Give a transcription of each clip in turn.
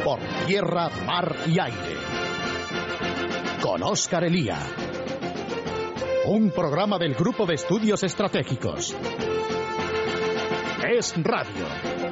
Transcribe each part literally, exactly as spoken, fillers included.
Por tierra, mar y aire. Con Óscar Elía. Un programa del Grupo de Estudios Estratégicos. Es Radio.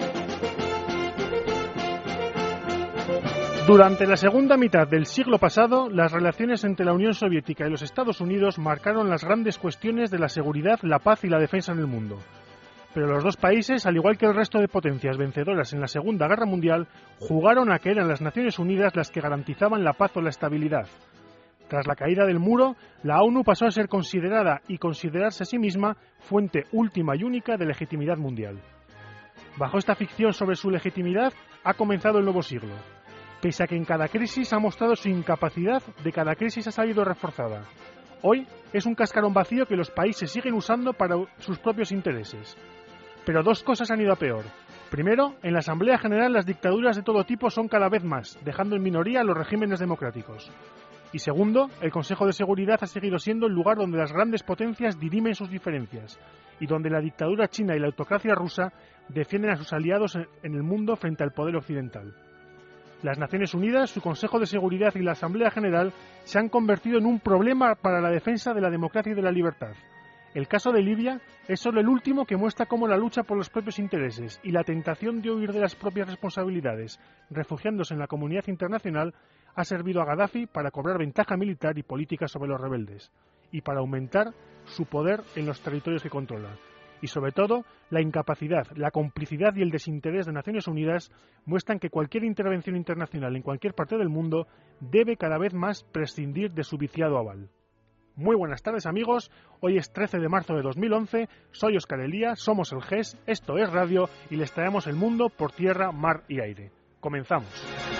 Durante la segunda mitad del siglo pasado, las relaciones entre la Unión Soviética y los Estados Unidos marcaron las grandes cuestiones de la seguridad, la paz y la defensa en el mundo. Pero los dos países, al igual que el resto de potencias vencedoras en la Segunda Guerra Mundial, jugaron a que eran las Naciones Unidas las que garantizaban la paz o la estabilidad. Tras la caída del muro, la ONU pasó a ser considerada y considerarse a sí misma fuente última y única de legitimidad mundial. Bajo esta ficción sobre su legitimidad, ha comenzado el nuevo siglo. Pese a que en cada crisis ha mostrado su incapacidad, de cada crisis ha salido reforzada. Hoy es un cascarón vacío que los países siguen usando para sus propios intereses. Pero dos cosas han ido a peor. Primero, en la Asamblea General las dictaduras de todo tipo son cada vez más, dejando en minoría a los regímenes democráticos. Y segundo, el Consejo de Seguridad ha seguido siendo el lugar donde las grandes potencias dirimen sus diferencias y donde la dictadura china y la autocracia rusa defienden a sus aliados en el mundo frente al poder occidental. Las Naciones Unidas, su Consejo de Seguridad y la Asamblea General se han convertido en un problema para la defensa de la democracia y de la libertad. El caso de Libia es solo el último que muestra cómo la lucha por los propios intereses y la tentación de huir de las propias responsabilidades, refugiándose en la comunidad internacional, ha servido a Gaddafi para cobrar ventaja militar y política sobre los rebeldes y para aumentar su poder en los territorios que controla. Y sobre todo, la incapacidad, la complicidad y el desinterés de Naciones Unidas muestran que cualquier intervención internacional en cualquier parte del mundo debe cada vez más prescindir de su viciado aval. Muy buenas tardes, amigos. Hoy es trece de marzo de dos mil once, soy Óscar Elía, somos el G E S, esto es Radio y les traemos el mundo por tierra, mar y aire. Comenzamos.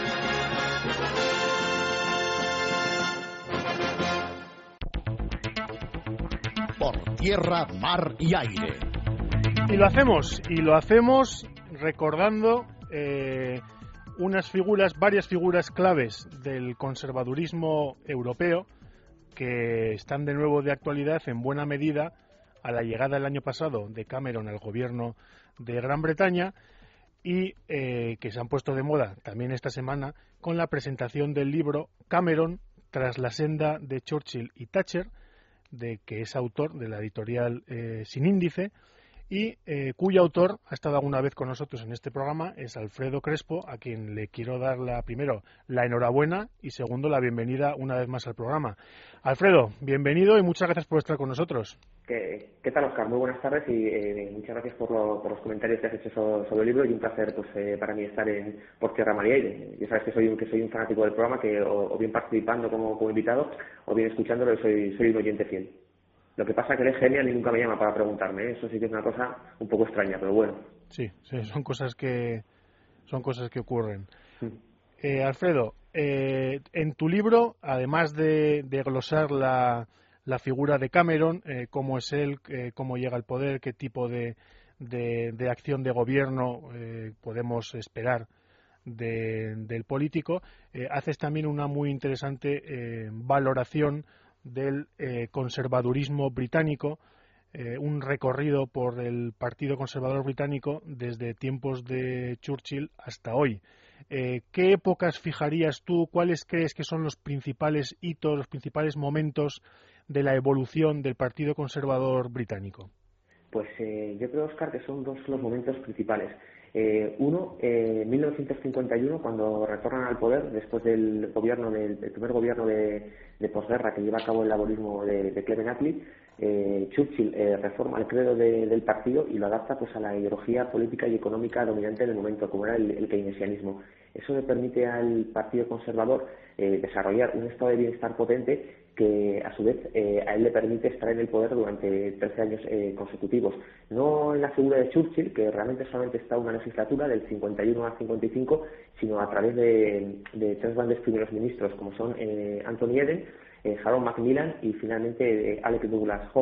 Por tierra, mar y aire. Y lo hacemos, y lo hacemos recordando eh, unas figuras, varias figuras claves del conservadurismo europeo que están de nuevo de actualidad en buena medida a la llegada el año pasado de Cameron al gobierno de Gran Bretaña y eh, que se han puesto de moda también esta semana con la presentación del libro Cameron tras la senda de Churchill y Thatcher, de que es autor de la editorial eh, Sin Índice y eh, cuyo autor ha estado alguna vez con nosotros en este programa, es Alfredo Crespo, a quien le quiero dar la, primero la enhorabuena y segundo la bienvenida una vez más al programa. Alfredo, bienvenido y muchas gracias por estar con nosotros. ¿Qué, qué tal, Óscar? Muy buenas tardes y eh, muchas gracias por, lo, por los comentarios que has hecho sobre, sobre el libro y un placer pues eh, para mí estar en Por Tierra, Mar y Aire. Ya sabes que soy un, que soy un fanático del programa, que o, o bien participando como, como invitado o bien escuchándolo, soy, soy un oyente fiel. Lo que pasa es que eres genial y nunca me llama para preguntarme, ¿eh? Eso sí que es una cosa un poco extraña, pero bueno. Sí, sí, son cosas que son cosas que ocurren. Sí. Eh, Alfredo, eh, en tu libro, además de, de glosar la, la figura de Cameron, eh, cómo es él, eh, cómo llega al poder, qué tipo de, de, de acción de gobierno eh, podemos esperar de, del político, eh, haces también una muy interesante eh, valoración del eh, conservadurismo británico, eh, un recorrido por el Partido Conservador Británico desde tiempos de Churchill hasta hoy. Eh, ¿Qué épocas fijarías tú? ¿Cuáles crees que son los principales hitos, los principales momentos de la evolución del Partido Conservador Británico? Pues eh, yo creo, Óscar, que son dos los momentos principales. Eh, uno, en eh, mil novecientos cincuenta y uno, cuando retornan al poder, después del gobierno del, del primer gobierno de, de posguerra que lleva a cabo el laborismo de, de Clement Attlee, eh, Churchill eh, reforma el credo de, del partido y lo adapta pues a la ideología política y económica dominante del momento, como era el, el keynesianismo. Eso le permite al Partido Conservador eh, desarrollar un estado de bienestar potente que a su vez eh, a él le permite estar en el poder durante trece años eh, consecutivos. No en la figura de Churchill, que realmente solamente está una legislatura del cincuenta y uno al cincuenta y cinco, sino a través de, de tres grandes primeros ministros, como son eh, Anthony Eden, eh, Harold Macmillan y finalmente eh, Alec Douglas Home.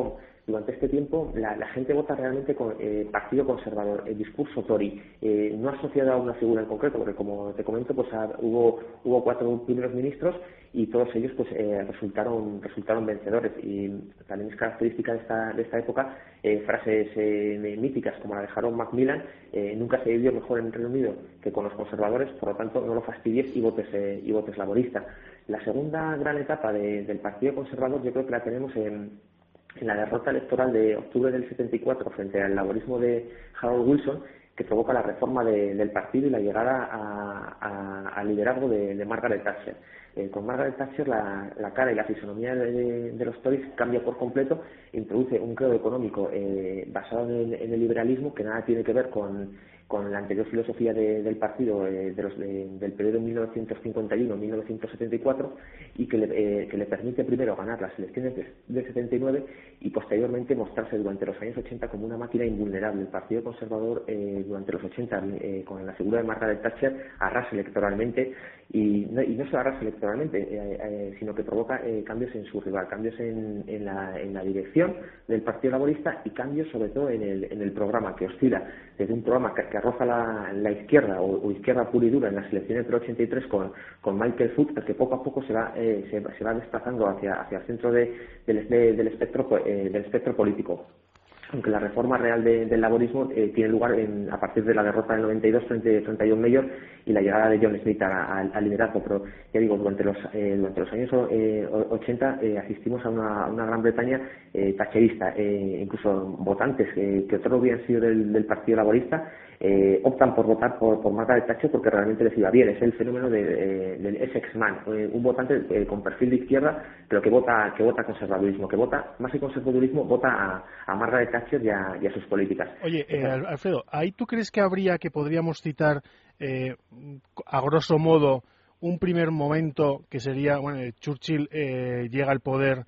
durante este tiempo la, la gente vota realmente con eh, Partido Conservador, el discurso Tory, eh, no asociado a una figura en concreto, porque como te comento, pues ha, hubo hubo cuatro primeros ministros y todos ellos pues eh, resultaron resultaron vencedores. Y también es característica de esta de esta época eh, frases eh, míticas como la de Harold Macmillan: eh, nunca se vivió mejor en el Reino Unido que con los conservadores, por lo tanto no lo fastidies y votes eh, y votes laborista. La segunda gran etapa de, del Partido Conservador yo creo que la tenemos en, en la derrota electoral de octubre del setenta y cuatro frente al laborismo de Harold Wilson, que provoca la reforma de, del partido y la llegada a, a, al liderazgo de, de Margaret Thatcher. Eh, con Margaret Thatcher la, la cara y la fisonomía de, de, de los Tories cambia por completo, introduce un credo económico eh, basado en el, en el liberalismo, que nada tiene que ver con, con la anterior filosofía de, del partido eh, de los, de, del periodo mil novecientos cincuenta y uno a mil novecientos setenta y cuatro, y que le, eh, que le permite primero ganar las elecciones de, de setenta y nueve y posteriormente mostrarse durante los años ochenta como una máquina invulnerable. El Partido Conservador eh, durante los ochenta, eh, con la figura de Margaret Thatcher, arrasa electoralmente, y no, y no solo arrasa electoralmente, eh, eh, sino que provoca eh, cambios en su rival, cambios en, en, la, en la dirección del Partido Laborista y cambios sobre todo en el, en el programa, que oscila desde un programa que, que arroja la, la izquierda o, o izquierda pura y dura en las elecciones del ochenta y tres con, con Michael Foot, que poco a poco se va eh, se, se va desplazando hacia, hacia el centro de, del, de, del, espectro, eh, del espectro político. Aunque la reforma real de, del laborismo eh, tiene lugar en, a partir de la derrota del noventa y dos frente, frente a John Major y la llegada de John Smith al liderazgo. Pero ya digo, durante los, eh, durante los años eh, ochenta eh, asistimos a una, a una Gran Bretaña eh, thatcherista. Eh, incluso votantes eh, que otros hubieran sido del, del Partido Laborista eh, optan por votar por, por Margaret Thatcher porque realmente les iba bien. Es el fenómeno de, de, del Essex Man, eh, un votante eh, con perfil de izquierda, pero que vota que vota conservadurismo, que vota, más que conservadurismo, vota a, a Margaret Thatcher y a, y a sus políticas. Oye, eh, Alfredo, ¿ahí tú crees que habría, que podríamos citar eh, a grosso modo un primer momento que sería, bueno, Churchill eh, llega al poder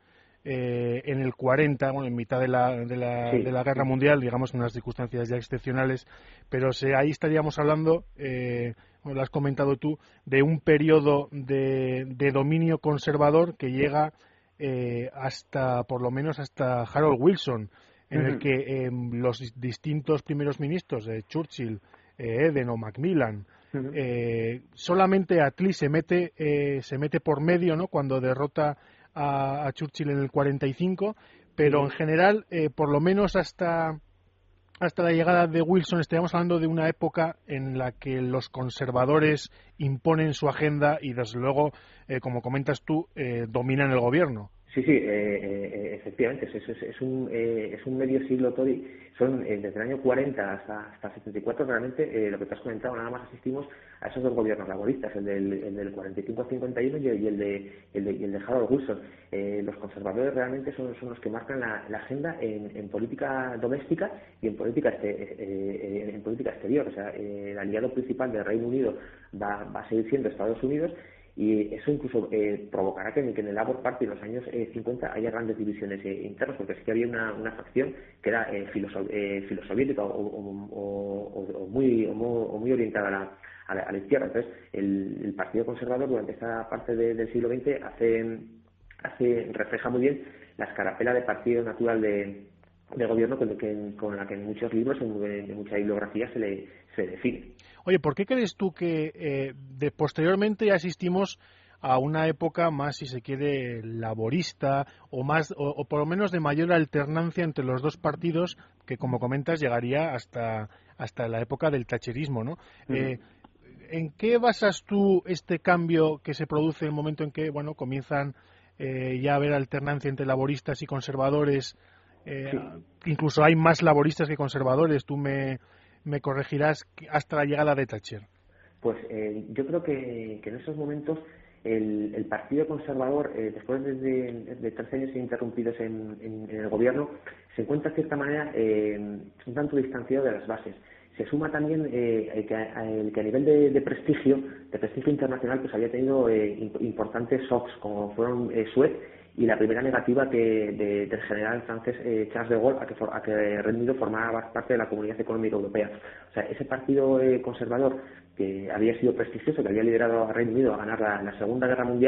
eh, en el cuarenta, bueno, en mitad de la, de la, sí, de la Guerra sí. Mundial, digamos, en unas circunstancias ya excepcionales, pero se, ahí estaríamos hablando, eh, bueno, lo has comentado tú, de un periodo de, de dominio conservador que llega eh, hasta, por lo menos, hasta Harold Wilson, en el que eh, los distintos primeros ministros, eh, Churchill, eh, Eden o Macmillan, uh-huh. eh, solamente Attlee se mete eh, se mete por medio, ¿no?, cuando derrota a, a Churchill en el cuarenta y cinco, pero uh-huh. en general, eh, por lo menos hasta hasta la llegada de Wilson, estaríamos hablando de una época en la que los conservadores imponen su agenda y, desde luego, eh, como comentas tú, eh, dominan el gobierno. Sí, sí, eh, eh, efectivamente, es, es, es, un, eh, es un medio siglo Tory. Son eh, desde el año cuarenta hasta, hasta setenta y cuatro, realmente, eh, lo que te has comentado, nada más asistimos a esos dos gobiernos laboristas, el del, el del cuarenta y cinco a cincuenta y uno y el, y el, de, el, de, y el de Harold Wilson. Eh, los conservadores realmente son, son los que marcan la, la agenda en, en política doméstica y en política, este, eh, eh, en política exterior. O sea, eh, el aliado principal del Reino Unido va, va a seguir siendo Estados Unidos. Y eso incluso eh, provocará que, que en el Labour Party en los años eh, cincuenta haya grandes divisiones eh, internas, porque sí que había una, una facción que era eh, filoso, eh, filosoviética o, o, o, o, muy, o, muy, o muy orientada a la, a la, a la izquierda. Entonces, el, el Partido Conservador durante esta parte de, del siglo veinte hace, hace refleja muy bien la escarapela de partido natural de, de gobierno con, que, con la que en muchos libros, en, en mucha bibliografía se le, se le define. Oye, ¿por qué crees tú que eh, de posteriormente asistimos a una época más, si se quiere, laborista o más, o, o por lo menos de mayor alternancia entre los dos partidos, que, como comentas, llegaría hasta hasta la época del thatcherismo, ¿no? Uh-huh. Eh, ¿En qué basas tú este cambio que se produce en el momento en que, bueno, comienzan eh, ya a haber alternancia entre laboristas y conservadores? Eh, sí. Incluso hay más laboristas que conservadores. Tú me me corregirás, hasta la llegada de Thatcher. Pues eh, yo creo que, que en esos momentos el, el Partido Conservador, eh, después de, de, de trece años interrumpidos en, en, en el gobierno, se encuentra de cierta manera eh, un tanto distanciado de las bases. Se suma también eh, el, que, el que a nivel de, de prestigio, de prestigio internacional, pues había tenido eh, importantes shocks, como fueron eh, Suez y la primera negativa que de, del general francés eh, Charles de Gaulle a que, for, a que Reino Unido formara parte de la Comunidad Económica Europea. O sea, ese partido eh, conservador que había sido prestigioso, que había liderado a Reino Unido a ganar la, la Segunda Guerra Mundial,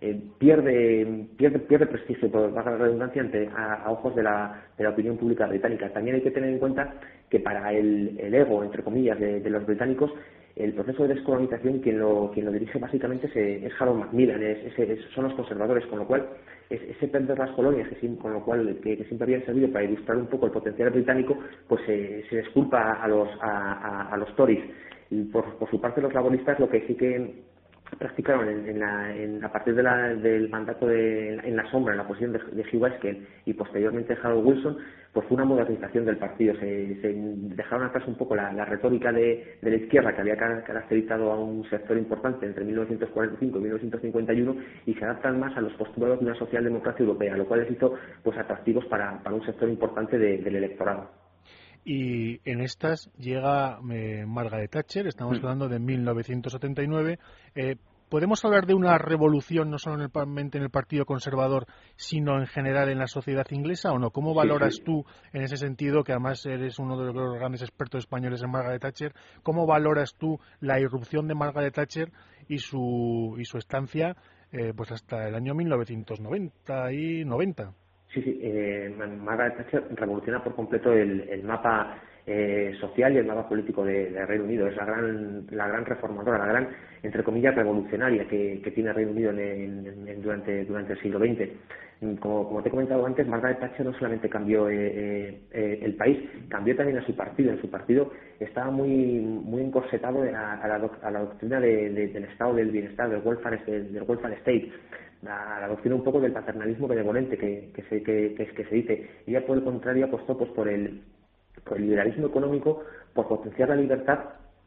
eh, pierde, pierde pierde prestigio, por valga la redundancia, ante, a, a ojos de la, de la opinión pública británica. También hay que tener en cuenta que para el, el ego, entre comillas, de, de los británicos, el proceso de descolonización quien lo, quien lo dirige básicamente es, es Harold Macmillan, es, es, es, son los conservadores, con lo cual es, ese perder las colonias, que, con lo cual que, que siempre habían servido para ilustrar un poco el potencial británico, pues eh, se disculpa a los, a, a, a los Tories. Y por, por su parte los laboristas lo que sí que practicaron en, en la, en, a partir de la, del mandato de, en la sombra, en la posición de, de Hugh Gaskell y posteriormente Harold Wilson, pues fue una modernización del partido. Se, se dejaron atrás un poco la, la retórica de, de la izquierda que había caracterizado a un sector importante entre mil novecientos cuarenta y cinco y mil novecientos cincuenta y uno y se adaptan más a los postulados de una socialdemocracia europea, lo cual les hizo pues atractivos para, para un sector importante de, del electorado. Y en estas llega eh, Margaret Thatcher, estamos hablando de mil novecientos setenta y nueve. Eh, ¿Podemos hablar de una revolución no solamente en el Partido Conservador, sino en general en la sociedad inglesa o no? ¿Cómo valoras sí, sí. tú, en ese sentido, que además eres uno de los grandes expertos españoles en Margaret Thatcher, cómo valoras tú la irrupción de Margaret Thatcher y su, y su estancia eh, pues hasta el año mil novecientos noventa y noventa? Sí, sí, eh, Margaret Thatcher revoluciona por completo el, el mapa eh, social y el mapa político de, de Reino Unido. Es la gran, la gran reformadora, la gran, entre comillas, revolucionaria que, que tiene Reino Unido en, en, en, durante, durante el siglo veinte. Como, como te he comentado antes, Margaret Thatcher no solamente cambió eh, eh, el país, cambió también a su partido. En su partido estaba muy muy encorsetado a, a, la, a la doctrina de, de, del estado del bienestar, del welfare, del, del welfare state. La, la doctrina un poco del paternalismo benevolente que, que, se, que, que, que se dice. Ella, por el contrario, apostó pues por el, por el liberalismo económico, por potenciar la libertad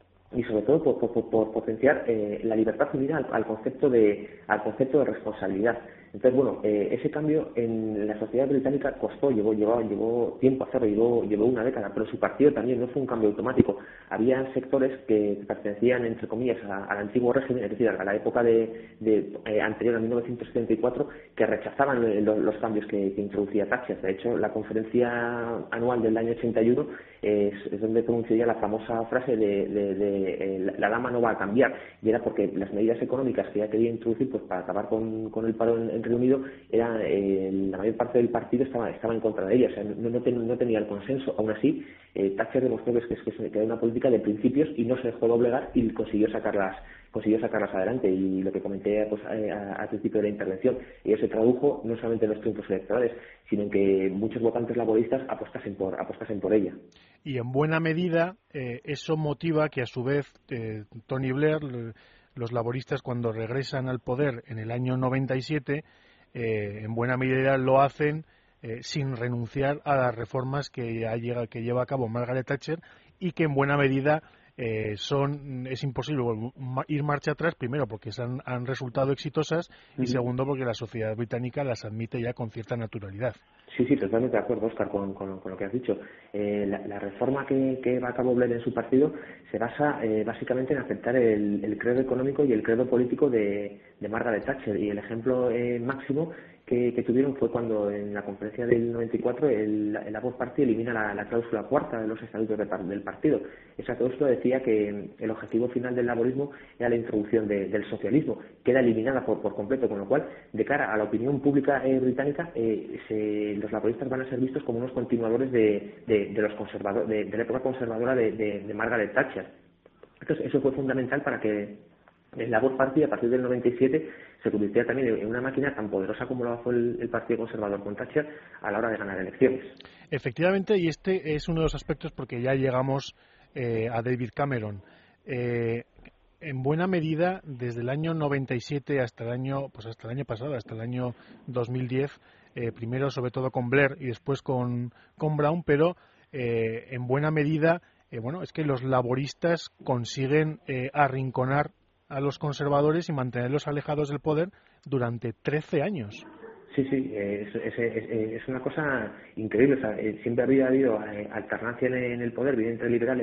y sobre todo por, por, por potenciar eh, la libertad unida al, al concepto de al concepto de responsabilidad. Entonces, bueno, eh, ese cambio en la sociedad británica costó, llevó, llevó, llevó tiempo a hacerlo, llevó, llevó una década, pero su partido también no fue un cambio automático. Había sectores que pertenecían, entre comillas, a, al antiguo régimen, es decir, a la época de, de eh, anterior a mil novecientos setenta y cuatro, que rechazaban los, los cambios que, que introducía Thatcher. De hecho, la conferencia anual del año ochenta y uno es, es donde pronunció ya la famosa frase de, de, de eh, la dama no va a cambiar, y era porque las medidas económicas que ella quería introducir pues para acabar con, con el paro en, en Reino Unido, era, eh, la mayor parte del partido estaba, estaba en contra de ella, o sea, no, no, ten, no tenía el consenso. Aún así, eh, Thatcher demostró que, es, que, que era una política de principios y no se dejó doblegar y consiguió sacarlas consiguió sacarlas adelante. Y lo que comenté pues, al principio de la intervención, ello se tradujo no solamente en los triunfos electorales, sino en que muchos votantes laboristas apostasen por, apostasen por ella. Y en buena medida eh, eso motiva que a su vez eh, Tony Blair, los laboristas cuando regresan al poder en el año noventa y siete, eh, en buena medida lo hacen eh, sin renunciar a las reformas que, ya llega, que lleva a cabo Margaret Thatcher, y que en buena medida Eh, son es imposible ir marcha atrás, primero porque han, han resultado exitosas y segundo porque la sociedad británica las admite ya con cierta naturalidad. Sí, sí, totalmente de acuerdo, Óscar, con, con, con lo que has dicho. Eh, la, la reforma que, que va a cabo Blair en su partido se basa eh, básicamente en aceptar el, el credo económico y el credo político de, de Margaret Thatcher, y el ejemplo eh, máximo que, que tuvieron fue cuando en la conferencia del noventa y cuatro el, el Labour Party elimina la, la cláusula cuarta de los estatutos de, del partido. Esa cláusula decía que el objetivo final del laborismo era la introducción de, del socialismo, queda eliminada por, por completo, con lo cual, de cara a la opinión pública eh, británica, eh, se, los laboristas van a ser vistos como unos continuadores de, de, de los conservadores, de, de la época conservadora de, de, de Margaret Thatcher. Entonces, eso fue fundamental para que el Labour Party, a partir del noventa y siete, se convirtiera también en una máquina tan poderosa como lo fue el, el Partido Conservador con Thatcher a la hora de ganar elecciones. Efectivamente, y este es uno de los aspectos porque ya llegamos eh, a David Cameron. Eh, en buena medida, desde el año noventa y siete hasta el año, pues hasta el año pasado, hasta el año dos mil diez, eh, primero sobre todo con Blair y después con, con Brown, pero eh, en buena medida, eh, bueno, es que los laboristas consiguen eh, arrinconar a los conservadores y mantenerlos alejados del poder durante trece años. Sí, sí, es, es, es, es una cosa increíble. O sea, siempre había habido alternancia en el poder, bien entre liberales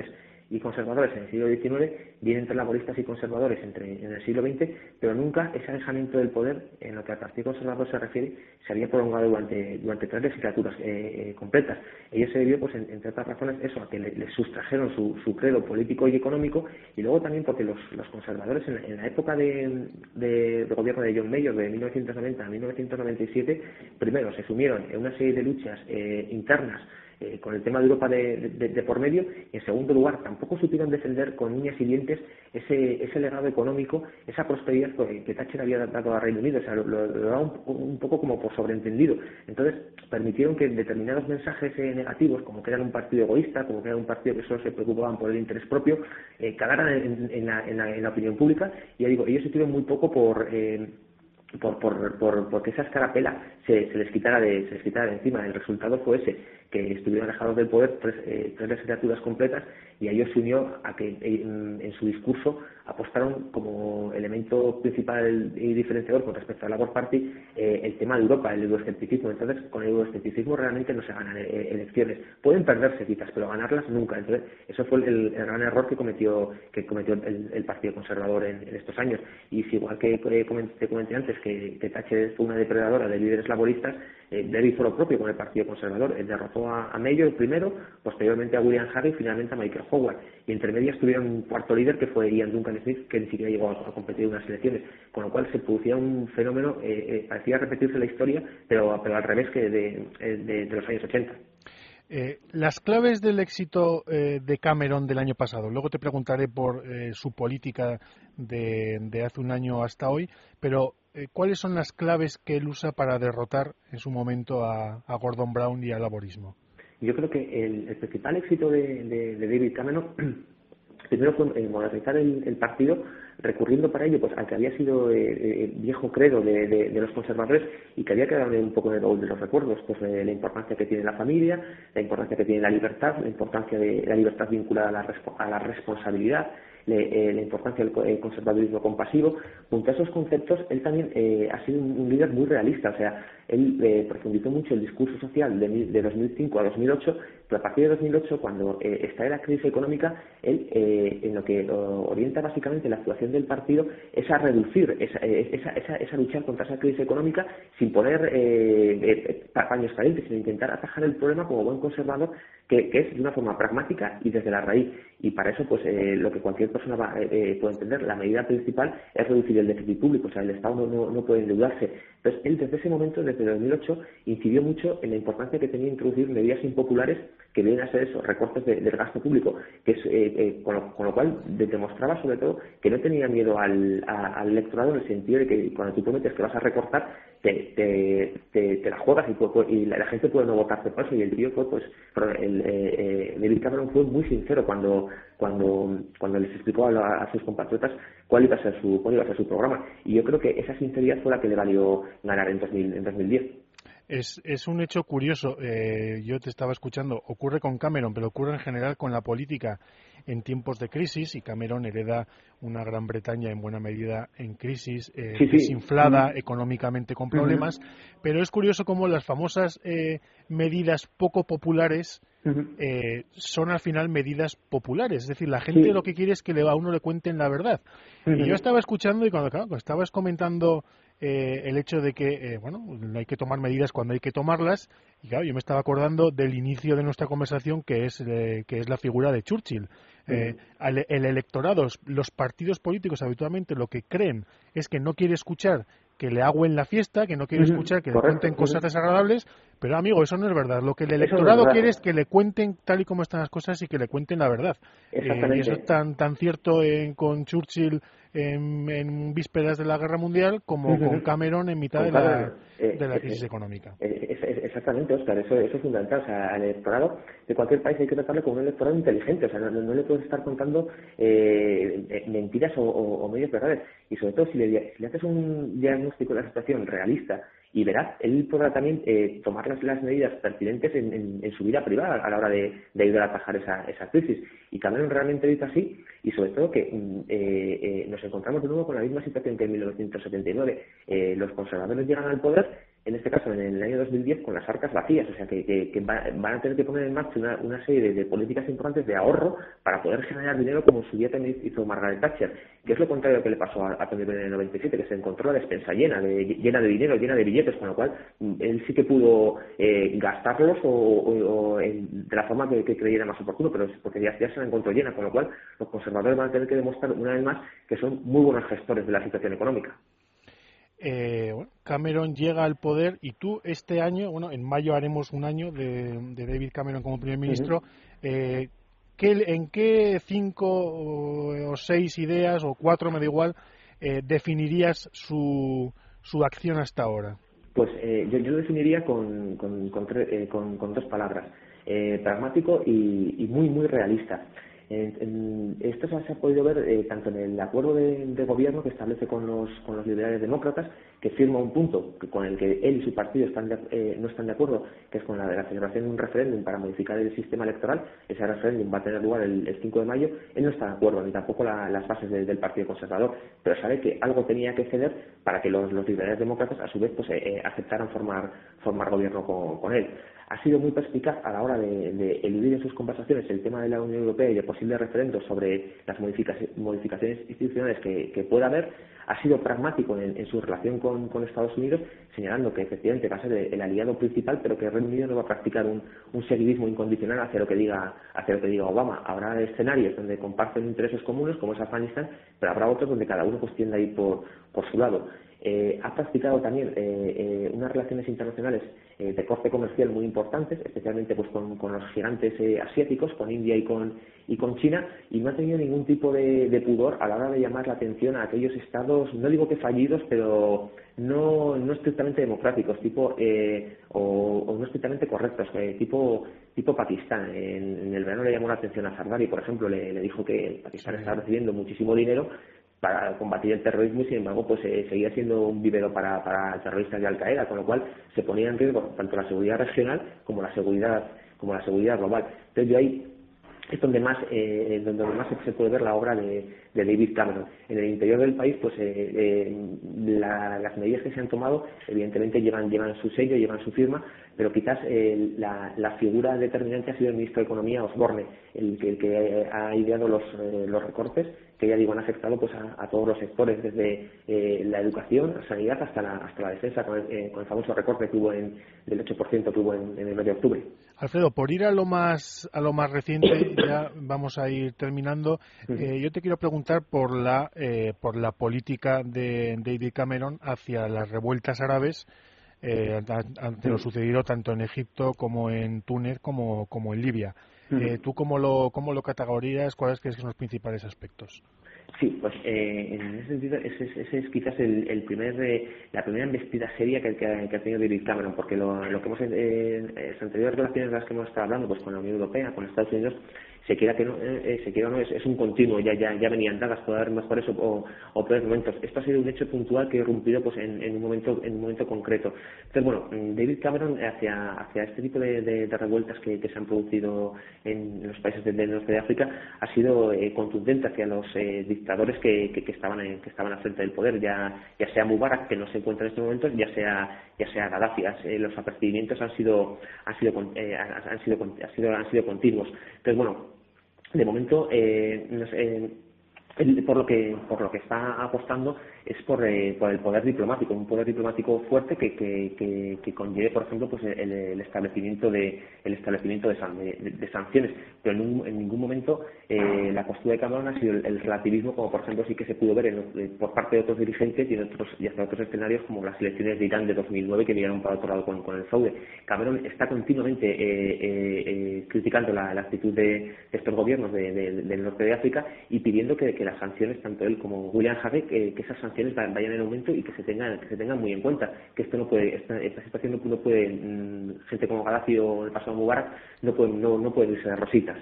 y conservadores en el siglo diecinueve, bien entre laboristas y conservadores entre, en el siglo veinte, pero nunca ese alejamiento del poder, en lo que al Partido Conservador se refiere, se había prolongado durante, durante tres legislaturas eh, eh, completas. Ello se debió, pues, en, entre otras razones, eso, a que le, le sustrajeron su, su credo político y económico, y luego también porque los, los conservadores, en la, en la época de, de, de gobierno de John Major, de mil novecientos noventa a mil novecientos noventa y siete, primero se sumieron en una serie de luchas eh, internas Eh, con el tema de Europa de, de, de por medio, y en segundo lugar tampoco supieron defender con uñas y dientes ese, ese legado económico, esa prosperidad que, que Thatcher había dado a Reino Unido, o sea, lo, lo, lo daba un, un poco como por sobreentendido. Entonces permitieron que determinados mensajes eh, negativos, como que eran un partido egoísta, como que era un partido que solo se preocupaban por el interés propio, eh, calaran en, en, la, en, la, en la opinión pública, y ya digo, ellos se tuvieron muy poco por... Eh, Por, por, por, porque esa escarapela se, se les quitara de se les quitara de encima. El resultado fue ese, que estuvieron alejados del poder tres, eh, tres legislaturas completas, y a ello se unió a que en, en su discurso apostaron como elemento principal y diferenciador con respecto al Labour Party eh, el tema de Europa, el euroescepticismo. Entonces, con el euroescepticismo realmente no se ganan eh, elecciones. Pueden perderse quizás, pero ganarlas nunca. Entonces, eso fue el, el gran error que cometió que cometió el, el Partido Conservador en, en estos años. Y si igual que eh, comenté, te comenté antes que, que Thatcher fue una depredadora de líderes laboristas, eh, Blair hizo lo propio con el Partido Conservador. Él derrotó a, a Major primero, posteriormente a William Hague y finalmente a Michael Howard. Y entre medias tuvieron un cuarto líder que fue Ian Duncan Smith, que ni siquiera llegó a, a competir en unas elecciones, con lo cual se producía un fenómeno, eh, eh, parecía repetirse la historia, pero, pero al revés que de, de, de los años ochenta. Eh, las claves del éxito eh, de Cameron del año pasado. Luego te preguntaré por eh, su política de, de hace un año hasta hoy, pero eh, ¿cuáles son las claves que él usa para derrotar en su momento a, a Gordon Brown y al laborismo? Yo creo que el, el principal éxito de, de, de David Cameron primero fue eh, modernizar el, el partido, recurriendo para ello pues al que había sido eh, eh, viejo credo de, de, de los conservadores y que había quedado un poco en el baúl de los recuerdos, pues eh, la importancia que tiene la familia, la importancia que tiene la libertad, la importancia de la libertad vinculada a la, a la responsabilidad, Le, eh, la importancia del eh, conservadurismo compasivo. Junto a esos conceptos, él también eh, ha sido un, un líder muy realista, o sea, él eh, profundizó mucho el discurso social de, de dos mil cinco a dos mil ocho, pero a partir de dos mil ocho, cuando eh, estalla la crisis económica, él eh, en lo que lo orienta básicamente la actuación del partido es a reducir, esa, esa, esa, esa luchar contra esa crisis económica sin poner eh, eh, paños calientes, sino intentar atajar el problema como buen conservador, que, que es de una forma pragmática y desde la raíz. Y para eso, pues eh, lo que cualquier persona va, eh, puede entender, la medida principal es reducir el déficit público, o sea, el Estado no, no, no puede endeudarse. Entonces, él desde ese momento, desde dos mil ocho, incidió mucho en la importancia que tenía introducir medidas impopulares que vienen a ser esos recortes de, del gasto público, que es eh, eh, con, lo, con lo cual demostraba sobre todo que no tenía miedo al, a, al electorado, en el sentido de que cuando tú prometes que vas a recortar, te, te, te, te la juegas y, y la, la gente puede no votarte por eso. Y el tío fue, pues, el, eh, David Cameron fue muy sincero cuando cuando cuando les explicó a, a sus compatriotas cuál iba a ser su cuál iba a ser su programa, y yo creo que esa sinceridad fue la que le valió ganar en dos mil, en dos mil diez. Es, es un hecho curioso. Eh, yo te estaba escuchando. Ocurre con Cameron, pero ocurre en general con la política en tiempos de crisis, y Cameron hereda una Gran Bretaña en buena medida en crisis, eh, sí, sí. desinflada, uh-huh. económicamente con problemas, uh-huh. pero es curioso cómo las famosas eh, medidas poco populares uh-huh. eh, son al final medidas populares. Es decir, la gente sí. lo que quiere es que a uno le cuenten la verdad. Uh-huh. Y yo estaba escuchando, y cuando, claro, cuando estabas comentando Eh, el hecho de que, eh, bueno, no hay que tomar medidas cuando hay que tomarlas, y claro, yo me estaba acordando del inicio de nuestra conversación, que es eh, que es la figura de Churchill. Eh, el, el electorado, los partidos políticos habitualmente lo que creen es que no quiere escuchar que le agüen la fiesta, que no quiere escuchar que Correcto, le cuenten cosas uh-huh. desagradables, pero amigo, eso no es verdad. Lo que el Eso electorado no es quiere es que le cuenten tal y como están las cosas y que le cuenten la verdad. Eh, y eso es tan, tan cierto en, con Churchill en, en vísperas de la Guerra Mundial como uh-huh. con Cameron en mitad de la, eh, de la crisis eh, económica. Eh, es, es, exactamente, Óscar, eso, eso es fundamental. O sea, al electorado de cualquier país hay que tratarlo como un electorado inteligente. O sea, no, no, no le puedes estar contando eh, mentiras o, o, o medias verdades. Y sobre todo, si le, si le haces un diagnóstico de la situación realista y veraz, él podrá también eh, tomar las, las medidas pertinentes en, en, en su vida privada a la hora de, de ayudar a atajar esa, esa crisis. Y Cameron realmente dice así, y sobre todo que eh, eh, nos encontramos de nuevo con la misma situación que en mil novecientos setenta y nueve. Eh, los conservadores llegan al poder, en este caso en el año dos mil diez, con las arcas vacías, o sea que, que, que va, van a tener que poner en marcha una, una serie de, de políticas importantes de ahorro para poder generar dinero, como en su día también hizo Margaret Thatcher, que es lo contrario que le pasó a, a Tony Blair en el noventa y siete, que se encontró la despensa llena de, llena de dinero, llena de billetes, con lo cual él sí que pudo eh, gastarlos o, o, o en, de la forma que, que creyera más oportuno, pero es porque ya, ya se la encontró llena, con lo cual los conservadores van a tener que demostrar una vez más que son muy buenos gestores de la situación económica. Eh, bueno, Cameron llega al poder y tú este año, bueno, en mayo haremos un año de, de David Cameron como primer ministro. Uh-huh. eh, ¿qué, ¿En qué cinco o, o seis ideas o cuatro, me da igual, eh, definirías su, su acción hasta ahora? Pues eh, yo, yo lo definiría con, con, con, eh, con, con dos palabras, eh, pragmático y, y muy, muy realista. En, en, esto se ha podido ver eh, tanto en el acuerdo de, de gobierno que establece con los, con los liberales demócratas, que firma un punto que, con el que él y su partido están de, eh, no están de acuerdo, que es con la de la celebración de un referéndum para modificar el sistema electoral. Ese referéndum va a tener lugar el, el cinco de mayo. Él no está de acuerdo, ni tampoco la, las bases de, del Partido Conservador, pero sabe que algo tenía que ceder para que los, los liberales demócratas a su vez pues eh, aceptaran formar, formar gobierno con, con él. Ha sido muy perspicaz a la hora de, de eludir en sus conversaciones el tema de la Unión Europea y de posibles referendos sobre las modificaciones, modificaciones institucionales que, que pueda haber. Ha sido pragmático en, en su relación con, con Estados Unidos, señalando que efectivamente va a ser el, el aliado principal, pero que el Reino Unido no va a practicar un, un seguidismo incondicional hacia lo que diga hacia lo que diga Obama. Habrá escenarios donde comparten intereses comunes, como es Afganistán, pero habrá otros donde cada uno pues tiende a ir por, por su lado. Eh, ha practicado también eh, eh, unas relaciones internacionales eh, de corte comercial muy importantes, especialmente pues con, con los gigantes eh, asiáticos, con India y con y con China, y no ha tenido ningún tipo de, de pudor a la hora de llamar la atención a aquellos estados, no digo que fallidos, pero no, no estrictamente democráticos, tipo eh, o, o no estrictamente correctos, eh, tipo tipo Pakistán. En, en el verano le llamó la atención a Zardari, por ejemplo, le, le dijo que Pakistán sí. estaba recibiendo muchísimo dinero para combatir el terrorismo y sin embargo pues eh, seguía siendo un vivero para, para terroristas de Al Qaeda, con lo cual se ponía en riesgo tanto la seguridad regional como la seguridad como la seguridad global. Entonces yo ahí es donde más eh, donde más se puede ver la obra de, de David Cameron. En el interior del país pues eh, eh, la, las medidas que se han tomado evidentemente llevan llevan su sello, llevan su firma, pero quizás eh, la, la figura determinante ha sido el ministro de Economía, Osborne, el que, el que ha ideado los, eh, los recortes que ya digo han afectado pues a, a todos los sectores, desde eh, la educación, la sanidad hasta la hasta la defensa, con el, eh, con el famoso recorte que hubo en, del ocho por ciento que hubo en, en el mes de octubre. Alfredo, por ir a lo más a lo más reciente, ya vamos a ir terminando. Eh, yo te quiero preguntar por la eh, por la política de David Cameron hacia las revueltas árabes, eh, ante lo sucedido tanto en Egipto como en Túnez como como en Libia. Eh, ¿Tú cómo lo cómo lo categorías? ¿Cuáles crees que son los principales aspectos? Sí, pues eh, en ese sentido ese, ese es quizás el, el primer eh, la primera embestida seria que, que, que ha tenido David Cameron, porque lo, lo que hemos eh, las anteriores relaciones de las que hemos estado hablando, pues con la Unión Europea, con Estados Unidos, se quiera que no, eh, se quiera o no, es, es un continuo, ya ya ya venían dadas, puede haber mejores o, o, o peores momentos. Esto ha sido un hecho puntual que ha irrumpido pues en, en un momento en un momento concreto. Entonces bueno, David Cameron hacia hacia este tipo de, de, de revueltas que, que se han producido en, en los países del, del norte de África ha sido eh, contundente hacia los eh, dictadores que, que, que estaban en, que estaban al frente del poder, ya ya sea Mubarak, que no se encuentra en estos momentos, ya sea ya sea Gaddafi. Eh, los apercibimientos han sido han sido eh, han sido han sido han sido continuos. Entonces bueno, de momento eh, no sé, eh, el, por lo que por lo que está apostando es por, eh, por el poder diplomático, un poder diplomático fuerte que, que, que, que conlleve, por ejemplo, pues el, el establecimiento de el establecimiento de, san, de, de sanciones, pero en, un, en ningún momento eh, la postura de Cameron ha sido el, el relativismo, como por ejemplo sí que se pudo ver en, eh, por parte de otros dirigentes y en otros y hasta otros escenarios como las elecciones de Irán de dos mil nueve que miraron para otro lado con, con el fraude. Cameron está continuamente eh, eh, eh, criticando la, la actitud de, de estos gobiernos de, de, del norte de África y pidiendo que, que las sanciones, tanto él como William Hague, que, que esas sanciones vayan en aumento y que se tengan que se tengan muy en cuenta, que esto no puede esta, esta situación no, no puede mmm, gente como Gaddafi o el pasado Mubarak no pueden no, no pueden irse de rositas.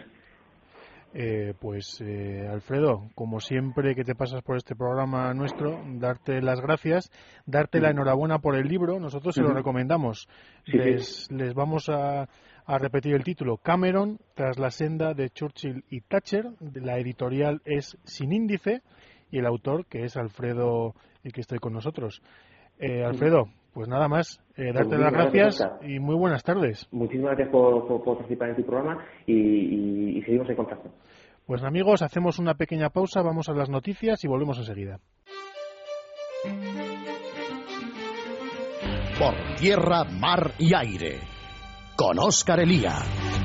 Eh, pues eh, Alfredo, como siempre que te pasas por este programa nuestro, darte las gracias, darte la enhorabuena por el libro. Nosotros se lo recomendamos. Sí, les, sí. les vamos a, a repetir el título: Cameron tras la senda de Churchill y Thatcher. La editorial es Sin Índice y el autor, que es Alfredo, el que estoy con nosotros. Eh, Alfredo, pues nada más, eh, darte las gracias, gracias y muy buenas tardes. Muchísimas gracias por, por, por participar en tu programa y, y, y seguimos en contacto. Pues amigos, hacemos una pequeña pausa, vamos a las noticias y volvemos enseguida. Por tierra, mar y aire, con Óscar Elía.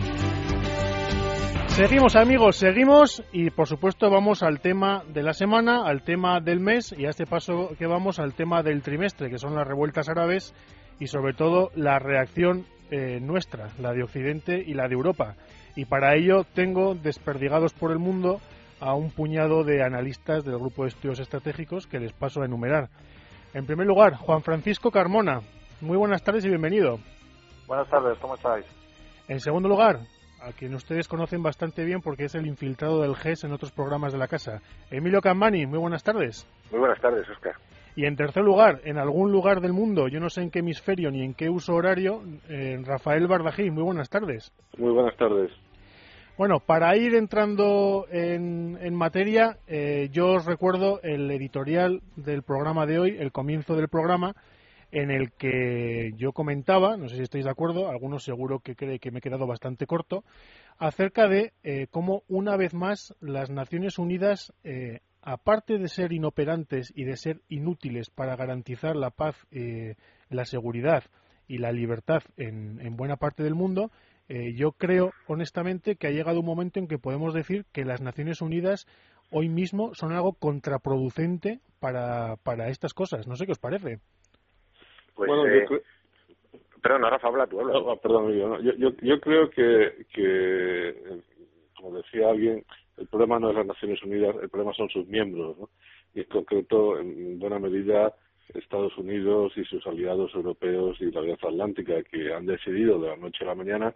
Seguimos amigos, seguimos y por supuesto vamos al tema de la semana, al tema del mes y a este paso que vamos al tema del trimestre, que son las revueltas árabes y sobre todo la reacción eh, nuestra, la de Occidente y la de Europa. Y para ello tengo desperdigados por el mundo a un puñado de analistas del Grupo de Estudios Estratégicos que les paso a enumerar. En primer lugar, Juan Francisco Carmona. Muy buenas tardes y bienvenido. Buenas tardes, ¿cómo estáis? En segundo lugar, a quien ustedes conocen bastante bien porque es el infiltrado del G E S en otros programas de la casa, Emilio Cammani. Muy buenas tardes. Muy buenas tardes, Óscar. Y en tercer lugar, en algún lugar del mundo, yo no sé en qué hemisferio ni en qué uso horario, eh, Rafael Bardají. Muy buenas tardes. Muy buenas tardes. Bueno, para ir entrando en, en materia, eh, yo os recuerdo el editorial del programa de hoy, el comienzo del programa, en el que yo comentaba, no sé si estáis de acuerdo, algunos seguro que cree que me he quedado bastante corto, acerca de eh, cómo una vez más las Naciones Unidas, eh, aparte de ser inoperantes y de ser inútiles para garantizar la paz, eh, la seguridad y la libertad en, en buena parte del mundo, eh, yo creo honestamente que ha llegado un momento en que podemos decir que las Naciones Unidas hoy mismo son algo contraproducente para, para estas cosas. No sé qué os parece. Pues, bueno, eh, yo creo... Perdón, Rafa, habla tú. Habla. No, perdón, yo, no. yo, yo, yo creo que, que, como decía alguien, el problema no es las Naciones Unidas, el problema son sus miembros, ¿no? Y en concreto, en buena medida, Estados Unidos y sus aliados europeos y la Alianza Atlántica, que han decidido de la noche a la mañana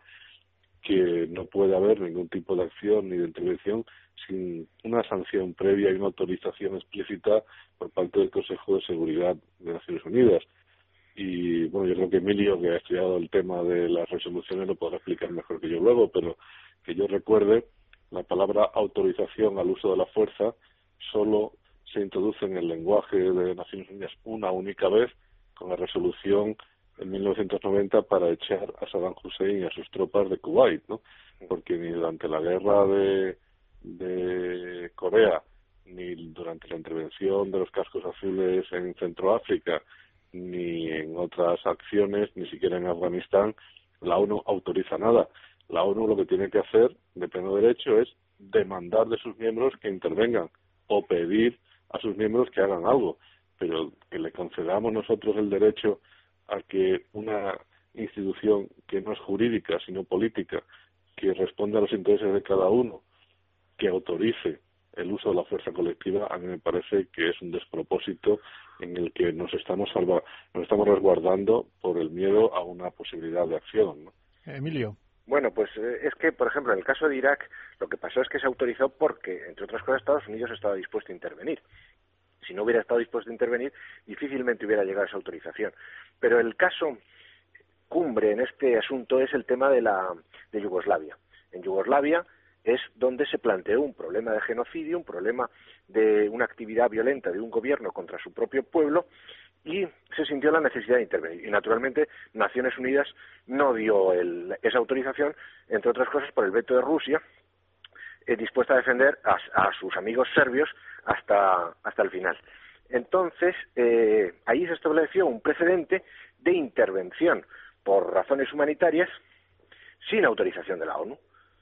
que no puede haber ningún tipo de acción ni de intervención sin una sanción previa y una autorización explícita por parte del Consejo de Seguridad de Naciones Unidas. Y bueno, yo creo que Emilio, que ha estudiado el tema de las resoluciones, lo podrá explicar mejor que yo luego, pero que yo recuerde, la palabra autorización al uso de la fuerza solo se introduce en el lenguaje de Naciones Unidas una única vez con la resolución en mil novecientos noventa para echar a Saddam Hussein y a sus tropas de Kuwait, ¿no? Porque ni durante la guerra de, de Corea, ni durante la intervención de los cascos azules en Centroáfrica, ni en otras acciones, ni siquiera en Afganistán, la ONU autoriza nada. La ONU lo que tiene que hacer, de pleno derecho, es demandar de sus miembros que intervengan o pedir a sus miembros que hagan algo. Pero que le concedamos nosotros el derecho a que una institución que no es jurídica, sino política, que responde a los intereses de cada uno, que autorice el uso de la fuerza colectiva, a mí me parece que es un despropósito en el que nos estamos salva, nos estamos resguardando por el miedo a una posibilidad de acción, ¿no? Emilio. Bueno, pues eh, es que, por ejemplo, en el caso de Irak, lo que pasó es que se autorizó porque, entre otras cosas, Estados Unidos estaba dispuesto a intervenir. Si no hubiera estado dispuesto a intervenir, difícilmente hubiera llegado esa autorización. Pero el caso cumbre en este asunto es el tema de la de Yugoslavia. En Yugoslavia es donde se planteó un problema de genocidio, un problema de una actividad violenta de un gobierno contra su propio pueblo, y se sintió la necesidad de intervenir. Y naturalmente Naciones Unidas no dio el, esa autorización, entre otras cosas por el veto de Rusia, eh, dispuesta a defender a, a sus amigos serbios hasta, hasta el final. Entonces, eh, ahí se estableció un precedente de intervención por razones humanitarias sin autorización de la ONU.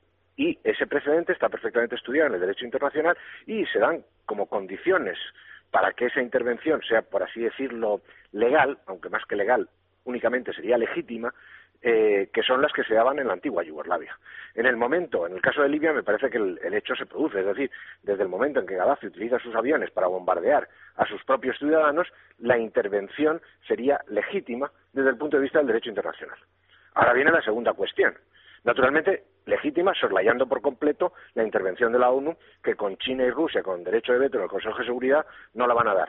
Y ese precedente está perfectamente estudiado en el derecho internacional y se dan como condiciones para que esa intervención sea, por así decirlo, legal, aunque más que legal, únicamente sería legítima, eh, que son las que se daban en la antigua Yugoslavia. En el momento, en el caso de Libia, me parece que el, el hecho se produce, es decir, desde el momento en que Gaddafi utiliza sus aviones para bombardear a sus propios ciudadanos, la intervención sería legítima desde el punto de vista del derecho internacional. Ahora viene la segunda cuestión. Naturalmente, legítima, soslayando por completo la intervención de la ONU, que con China y Rusia, con derecho de veto en el Consejo de Seguridad, no la van a dar.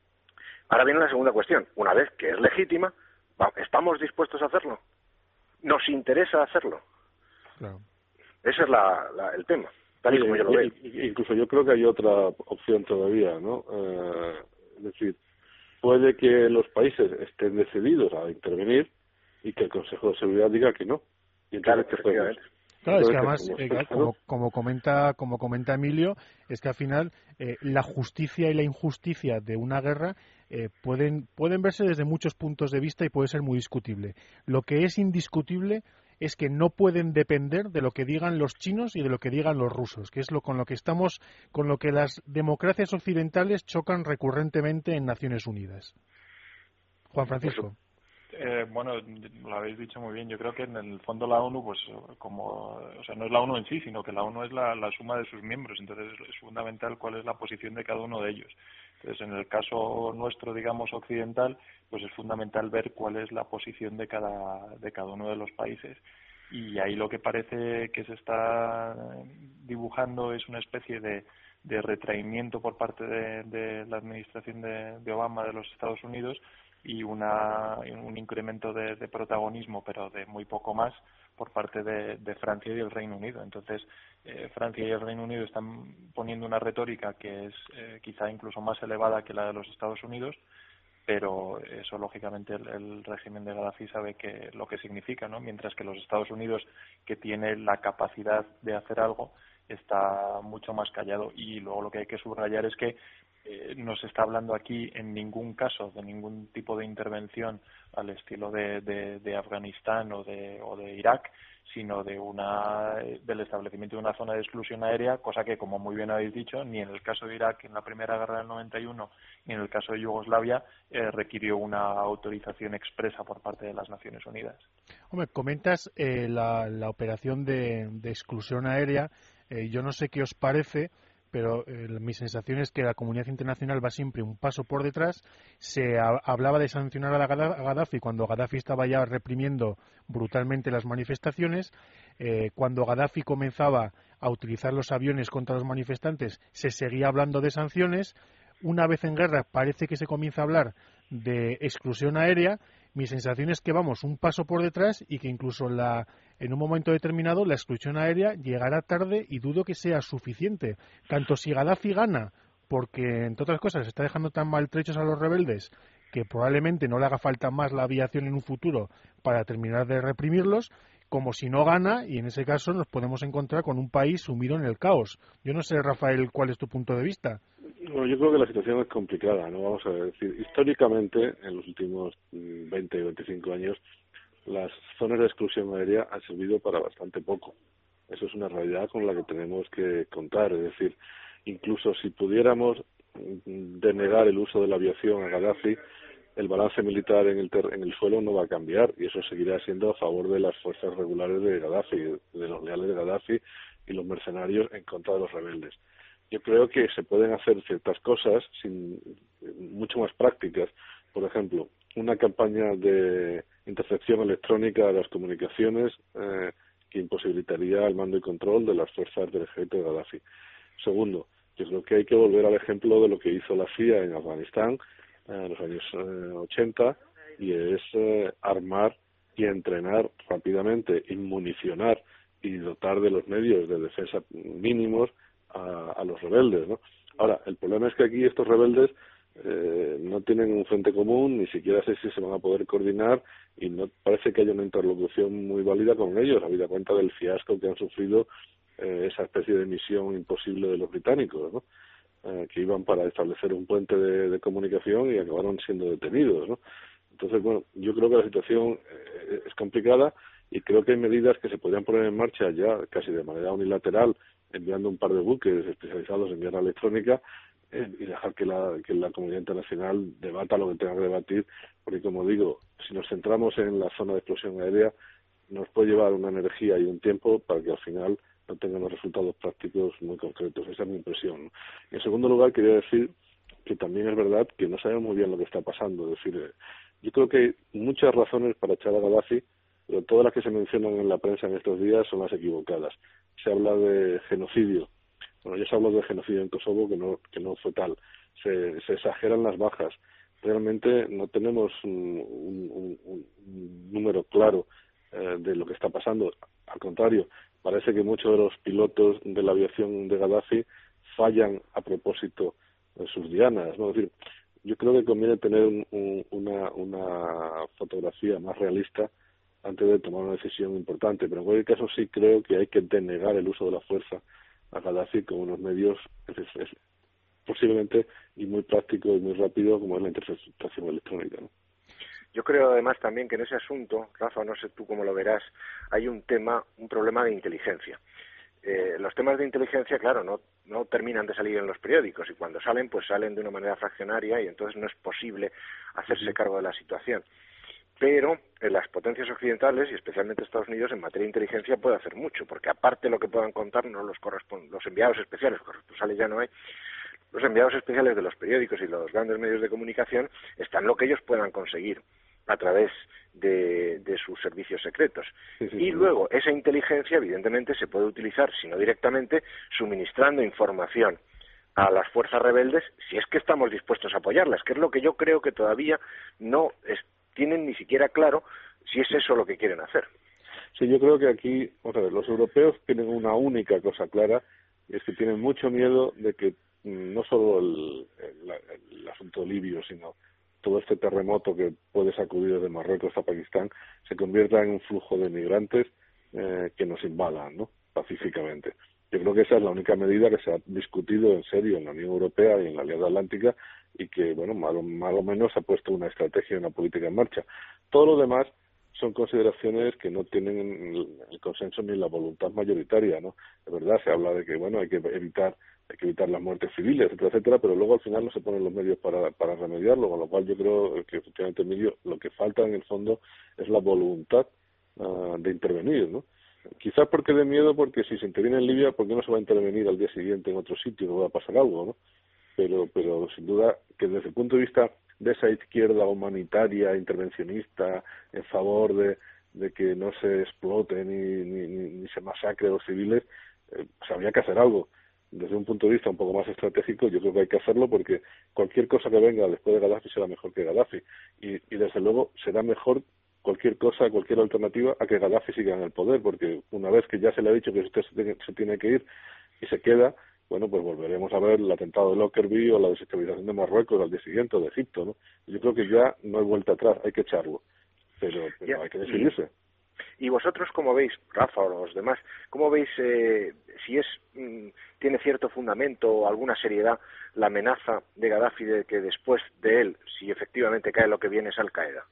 Ahora viene la segunda cuestión. Una vez que es legítima, ¿estamos dispuestos a hacerlo? ¿Nos interesa hacerlo? Claro. Ese es la, la, el tema, tal y como yo lo veo. Incluso yo creo que hay otra opción todavía, ¿no? Eh, es decir, puede que los países estén decididos a intervenir y que el Consejo de Seguridad diga que no. Y entonces, ¿qué podemos? Claro, es que además, eh, como, como comenta como comenta Emilio, es que al final eh, la justicia y la injusticia de una guerra eh, pueden pueden verse desde muchos puntos de vista y puede ser muy discutible. Lo que es indiscutible es que no pueden depender de lo que digan los chinos y de lo que digan los rusos, que es lo con lo que estamos, con lo que las democracias occidentales chocan recurrentemente en Naciones Unidas. Juan Francisco. Eh, bueno, lo habéis dicho muy bien. Yo creo que en el fondo la ONU, pues como, o sea, no es la ONU en sí, sino que la ONU es la, la suma de sus miembros. Entonces es fundamental cuál es la posición de cada uno de ellos. Entonces, en el caso nuestro, digamos, occidental, pues es fundamental ver cuál es la posición de cada, de cada uno de los países. Y ahí lo que parece que se está dibujando es una especie de, de retraimiento por parte de, de la administración de, de Obama de los Estados Unidos y una, un incremento de, de protagonismo, pero de muy poco más, por parte de, de Francia y el Reino Unido. Entonces, eh, Francia y el Reino Unido están poniendo una retórica que es eh, quizá incluso más elevada que la de los Estados Unidos, pero eso, lógicamente, el, el régimen de Gaddafi sabe que lo que significa, ¿no? Mientras que los Estados Unidos, que tiene la capacidad de hacer algo, está mucho más callado. Y luego lo que hay que subrayar es que Eh, no se está hablando aquí en ningún caso de ningún tipo de intervención al estilo de, de, de Afganistán o de, o de Irak, sino de una del establecimiento de una zona de exclusión aérea, cosa que, como muy bien habéis dicho, ni en el caso de Irak en la primera guerra del noventa y uno ni en el caso de Yugoslavia eh, requirió una autorización expresa por parte de las Naciones Unidas. Hombre, comentas eh, la, la operación de, de exclusión aérea. Eh, yo no sé qué os parece, pero eh, mi sensación es que la comunidad internacional va siempre un paso por detrás. Se ha, hablaba de sancionar a, a Gaddafi cuando Gaddafi estaba ya reprimiendo brutalmente las manifestaciones. Eh, cuando Gaddafi comenzaba a utilizar los aviones contra los manifestantes, se seguía hablando de sanciones. Una vez en guerra parece que se comienza a hablar de exclusión aérea. Mi sensación es que vamos un paso por detrás y que incluso la, en un momento determinado la exclusión aérea llegará tarde y dudo que sea suficiente. Tanto si Gaddafi gana, porque entre otras cosas está dejando tan maltrechos a los rebeldes que probablemente no le haga falta más la aviación en un futuro para terminar de reprimirlos, como si no gana, y en ese caso nos podemos encontrar con un país sumido en el caos. Yo no sé, Rafael, ¿cuál es tu punto de vista? Bueno, yo creo que la situación es complicada, ¿no? Vamos a decir, históricamente, en los últimos veinte o veinticinco años, las zonas de exclusión aérea han servido para bastante poco. Eso es una realidad con la que tenemos que contar. Es decir, incluso si pudiéramos denegar el uso de la aviación a Gaddafi, el balance militar en el, ter en el suelo no va a cambiar, y eso seguirá siendo a favor de las fuerzas regulares de Gaddafi, de los leales de Gaddafi y los mercenarios en contra de los rebeldes. Yo creo que se pueden hacer ciertas cosas sin, mucho más prácticas. Por ejemplo, una campaña de intercepción electrónica de las comunicaciones eh, que imposibilitaría el mando y control de las fuerzas del ejército de Gaddafi. Segundo, yo creo que hay que volver al ejemplo de lo que hizo la C I A en Afganistán eh, en los años eh, ochenta, y es eh, armar y entrenar rápidamente, inmunicionar y dotar de los medios de defensa mínimos a, a los rebeldes, ¿no? Ahora, el problema es que aquí estos rebeldes eh, no tienen un frente común, ni siquiera sé si se van a poder coordinar, y no parece que haya una interlocución muy válida con ellos, habida cuenta del fiasco que han sufrido eh, esa especie de misión imposible de los británicos, ¿no? Eh, que iban para establecer un puente de, de comunicación y acabaron siendo detenidos, ¿no? Entonces, bueno, yo creo que la situación eh, es complicada, y creo que hay medidas que se podrían poner en marcha ya casi de manera unilateral, enviando un par de buques especializados en guerra electrónica eh, y dejar que la, que la comunidad internacional debata lo que tenga que debatir, porque, como digo, si nos centramos en la zona de explosión aérea, nos puede llevar una energía y un tiempo para que al final no tengan los resultados prácticos muy concretos. Esa es mi impresión, ¿no? En segundo lugar, quería decir que también es verdad que no sabemos muy bien lo que está pasando. Es decir, eh, yo creo que hay muchas razones para echar a Gaddafi, pero todas las que se mencionan en la prensa en estos días son las equivocadas. Se habla de genocidio. Bueno, ya se habló de genocidio en Kosovo, que no que no fue tal. Se, se exageran las bajas. Realmente no tenemos un, un, un, un número claro eh, de lo que está pasando. Al contrario, parece que muchos de los pilotos de la aviación de Gaddafi fallan a propósito de sus dianas, ¿no? Es decir, yo creo que conviene tener un, un, una, una fotografía más realista antes de tomar una decisión importante, pero en cualquier caso sí creo que hay que denegar el uso de la fuerza a Gaddafi con unos medios es, es, posiblemente y muy práctico y muy rápido como es la interceptación electrónica, ¿no? Yo creo además también que en ese asunto, Rafa, no sé tú cómo lo verás, hay un tema, un problema de inteligencia. Eh, los temas de inteligencia, claro, no, no terminan de salir en los periódicos y cuando salen, pues salen de una manera fraccionaria y entonces no es posible hacerse cargo de la situación. Pero en las potencias occidentales y especialmente Estados Unidos en materia de inteligencia puede hacer mucho, porque aparte de lo que puedan contarnos los, correspon- los enviados especiales, corresponsales ya no hay, los enviados especiales de los periódicos y los grandes medios de comunicación están lo que ellos puedan conseguir a través de, de sus servicios secretos. Sí, sí, y sí. Luego, esa inteligencia, evidentemente, se puede utilizar, si no directamente, suministrando información a las fuerzas rebeldes, si es que estamos dispuestos a apoyarlas, que es lo que yo creo que todavía no es, tienen ni siquiera claro si es eso lo que quieren hacer. Sí, yo creo que aquí, vamos a ver, los europeos tienen una única cosa clara, y es que tienen mucho miedo de que no solo el, el, el asunto libio, sino todo este terremoto que puede sacudir desde Marruecos a Pakistán se convierta en un flujo de migrantes eh, que nos invadan, ¿no?, pacíficamente. Yo creo que esa es la única medida que se ha discutido en serio en la Unión Europea y en la Alianza Atlántica y que, bueno, más o, más o menos ha puesto una estrategia y una política en marcha. Todo lo demás son consideraciones que no tienen el consenso ni la voluntad mayoritaria, ¿no? De verdad, se habla de que, bueno, hay que evitar hay que evitar las muertes civiles, etcétera, etcétera, pero luego al final no se ponen los medios para, para remediarlo, con lo cual yo creo que efectivamente, Emilio, lo que falta en el fondo es la voluntad uh, de intervenir, ¿no? Quizás porque de miedo, porque si se interviene en Libia, ¿por qué no se va a intervenir al día siguiente en otro sitio? No va a pasar algo, ¿no? Pero, pero sin duda que desde el punto de vista de esa izquierda humanitaria, intervencionista, en favor de, de que no se explote ni, ni, ni, ni se masacre a los civiles, eh, pues habría que hacer algo. Desde un punto de vista un poco más estratégico, yo creo que hay que hacerlo porque cualquier cosa que venga después de Gaddafi será mejor que Gaddafi. Y, y desde luego será mejor cualquier cosa, cualquier alternativa a que Gaddafi siga en el poder, porque una vez que ya se le ha dicho que usted se tiene, se tiene que ir y se queda, bueno, pues volveremos a ver el atentado de Lockerbie o la desestabilización de Marruecos al día siguiente o de Egipto, ¿no? Yo creo que ya no hay vuelta atrás, hay que echarlo, pero, pero ya, hay que decidirse. Y vosotros, ¿cómo veis, Rafa o los demás, cómo veis eh, si es mmm, tiene cierto fundamento o alguna seriedad la amenaza de Gaddafi de que después de él, si efectivamente cae, lo que viene es Al-Qaeda?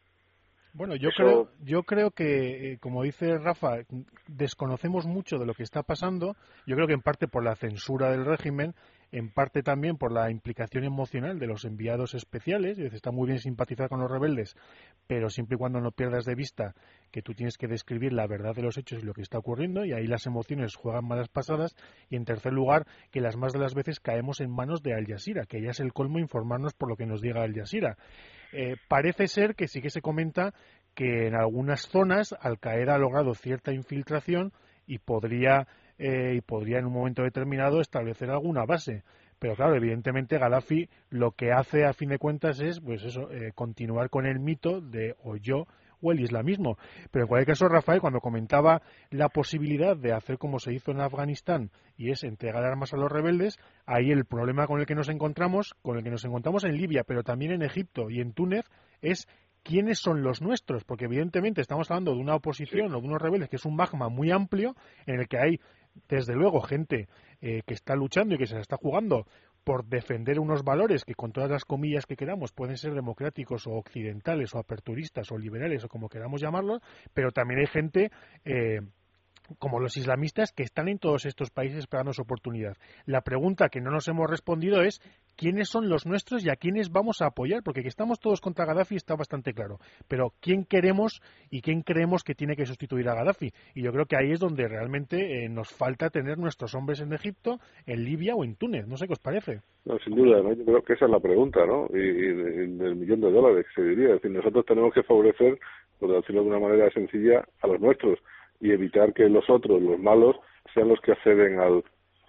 Bueno, yo Eso... creo yo creo que, eh, como dice Rafa, desconocemos mucho de lo que está pasando. Yo creo que en parte por la censura del régimen, en parte también por la implicación emocional de los enviados especiales. Es decir, está muy bien simpatizar con los rebeldes, pero siempre y cuando no pierdas de vista que tú tienes que describir la verdad de los hechos y lo que está ocurriendo, y ahí las emociones juegan malas pasadas. Y en tercer lugar, que las más de las veces caemos en manos de Al Jazeera, que ya es el colmo informarnos por lo que nos diga Al Jazeera. Eh, parece ser que sí que se comenta que en algunas zonas Al-Qaeda ha logrado cierta infiltración y podría eh, y podría en un momento determinado establecer alguna base. Pero claro, evidentemente Gaddafi lo que hace a fin de cuentas es, pues eso, eh, continuar con el mito de o yo o el islamismo. Pero en cualquier caso, Rafael, cuando comentaba la posibilidad de hacer como se hizo en Afganistán, y es entregar armas a los rebeldes, ahí el problema con el que nos encontramos, con el que nos encontramos en Libia, pero también en Egipto y en Túnez, es quiénes son los nuestros, porque evidentemente estamos hablando de una oposición o de unos rebeldes que es un magma muy amplio, en el que hay, desde luego, gente eh, que está luchando y que se la está jugando por defender unos valores que, con todas las comillas que queramos, pueden ser democráticos o occidentales o aperturistas o liberales o como queramos llamarlos, pero también hay gente eh, como los islamistas que están en todos estos países esperando su oportunidad. La pregunta que no nos hemos respondido es ¿quiénes son los nuestros y a quiénes vamos a apoyar? Porque que estamos todos contra Gaddafi está bastante claro, pero ¿quién queremos y quién creemos que tiene que sustituir a Gaddafi? Y yo creo que ahí es donde realmente eh, nos falta tener nuestros hombres en Egipto, en Libia o en Túnez. No sé qué os parece. No, sin duda, ¿no? Yo creo que esa es la pregunta, ¿no? Y, y del millón de dólares, se diría. Es decir, nosotros tenemos que favorecer, por decirlo de una manera sencilla, a los nuestros y evitar que los otros, los malos, sean los que acceden al,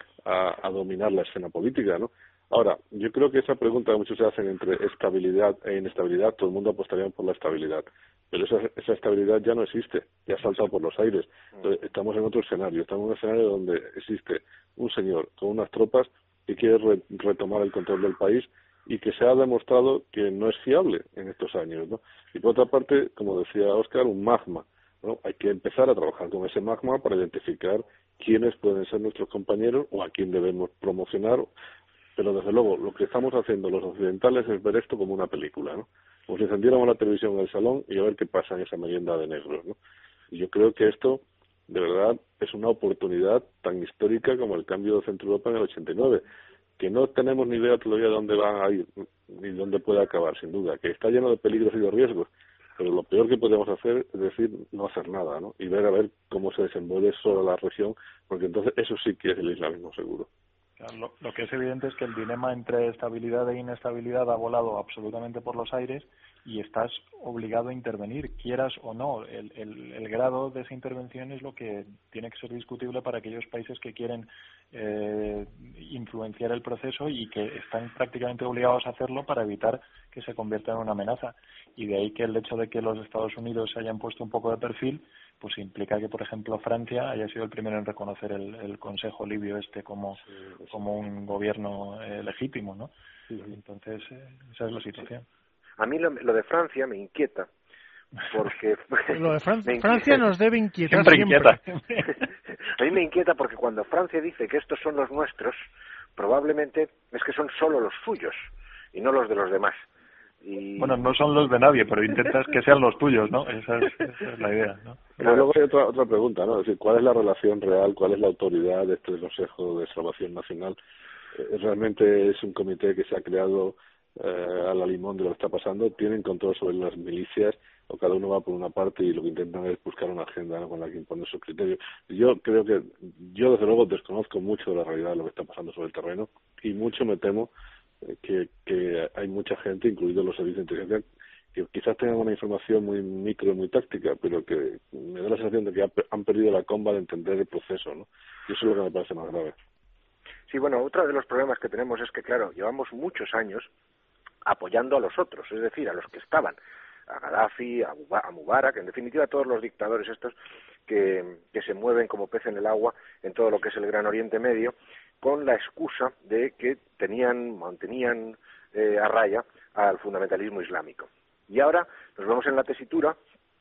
a, a dominar la escena política, ¿no? Ahora, yo creo que esa pregunta que muchos se hacen entre estabilidad e inestabilidad, todo el mundo apostaría por la estabilidad. Pero esa, esa estabilidad ya no existe, ya ha saltado por los aires. Entonces, estamos en otro escenario, estamos en un escenario donde existe un señor con unas tropas que quiere re, retomar el control del país y que se ha demostrado que no es fiable en estos años, ¿no? Y por otra parte, como decía Óscar, un magma, ¿no? Hay que empezar a trabajar con ese magma para identificar quiénes pueden ser nuestros compañeros o a quién debemos promocionar, pero desde luego lo que estamos haciendo los occidentales es ver esto como una película, ¿no? Como si encendiéramos la televisión en el salón y a ver qué pasa en esa merienda de negros, ¿no? Y yo creo que esto, de verdad, es una oportunidad tan histórica como el cambio de Centro Europa en el ochenta y nueve, que no tenemos ni idea todavía de dónde van a ir ni dónde puede acabar, sin duda, que está lleno de peligros y de riesgos, pero lo peor que podemos hacer es decir no hacer nada, ¿no? Y ver a ver cómo se desenvuelve solo la región, porque entonces eso sí que es el islamismo seguro. Lo, lo que es evidente es que el dilema entre estabilidad e inestabilidad ha volado absolutamente por los aires y estás obligado a intervenir, quieras o no. El, el, el grado de esa intervención es lo que tiene que ser discutible para aquellos países que quieren eh, influenciar el proceso y que están prácticamente obligados a hacerlo para evitar que se convierta en una amenaza. Y de ahí que el hecho de que los Estados Unidos se hayan puesto un poco de perfil pues implica que, por ejemplo, Francia haya sido el primero en reconocer el, el Consejo Libio este como, sí, como un gobierno eh, legítimo, ¿no? Sí. Entonces, eh, esa es la situación. A mí lo, lo de Francia me inquieta, porque... lo de Fran inquieta. Francia nos debe inquietar siempre. siempre. Inquieta. A mí me inquieta porque cuando Francia dice que estos son los nuestros, probablemente es que son solo los suyos y no los de los demás. Y... Bueno, no son los de nadie, pero intentas que sean los tuyos, ¿no? Esa es, esa es la idea, ¿no? Pero luego hay otra, otra pregunta, ¿no? Es decir, ¿cuál es la relación real, cuál es la autoridad de este Consejo de Salvación Nacional? Eh, ¿Realmente es un comité que se ha creado eh, a la limón de lo que está pasando? ¿Tienen control sobre las milicias? ¿O cada uno va por una parte y lo que intentan es buscar una agenda, ¿no?, con la que imponer sus criterios? Yo creo que, yo desde luego desconozco mucho de la realidad de lo que está pasando sobre el terreno y mucho me temo Que, que hay mucha gente, incluidos los servicios de inteligencia, que quizás tengan una información muy micro, muy táctica, pero que me da la sensación de que han perdido la comba de entender el proceso, ¿no? Y eso es lo que me parece más grave. Sí, bueno, otro de los problemas que tenemos es que, claro, llevamos muchos años apoyando a los otros, es decir, a los que estaban, a Gaddafi, a Mubarak, en definitiva a todos los dictadores estos que, que se mueven como pez en el agua en todo lo que es el Gran Oriente Medio, con la excusa de que tenían, mantenían eh, a raya al fundamentalismo islámico. Y ahora nos vemos en la tesitura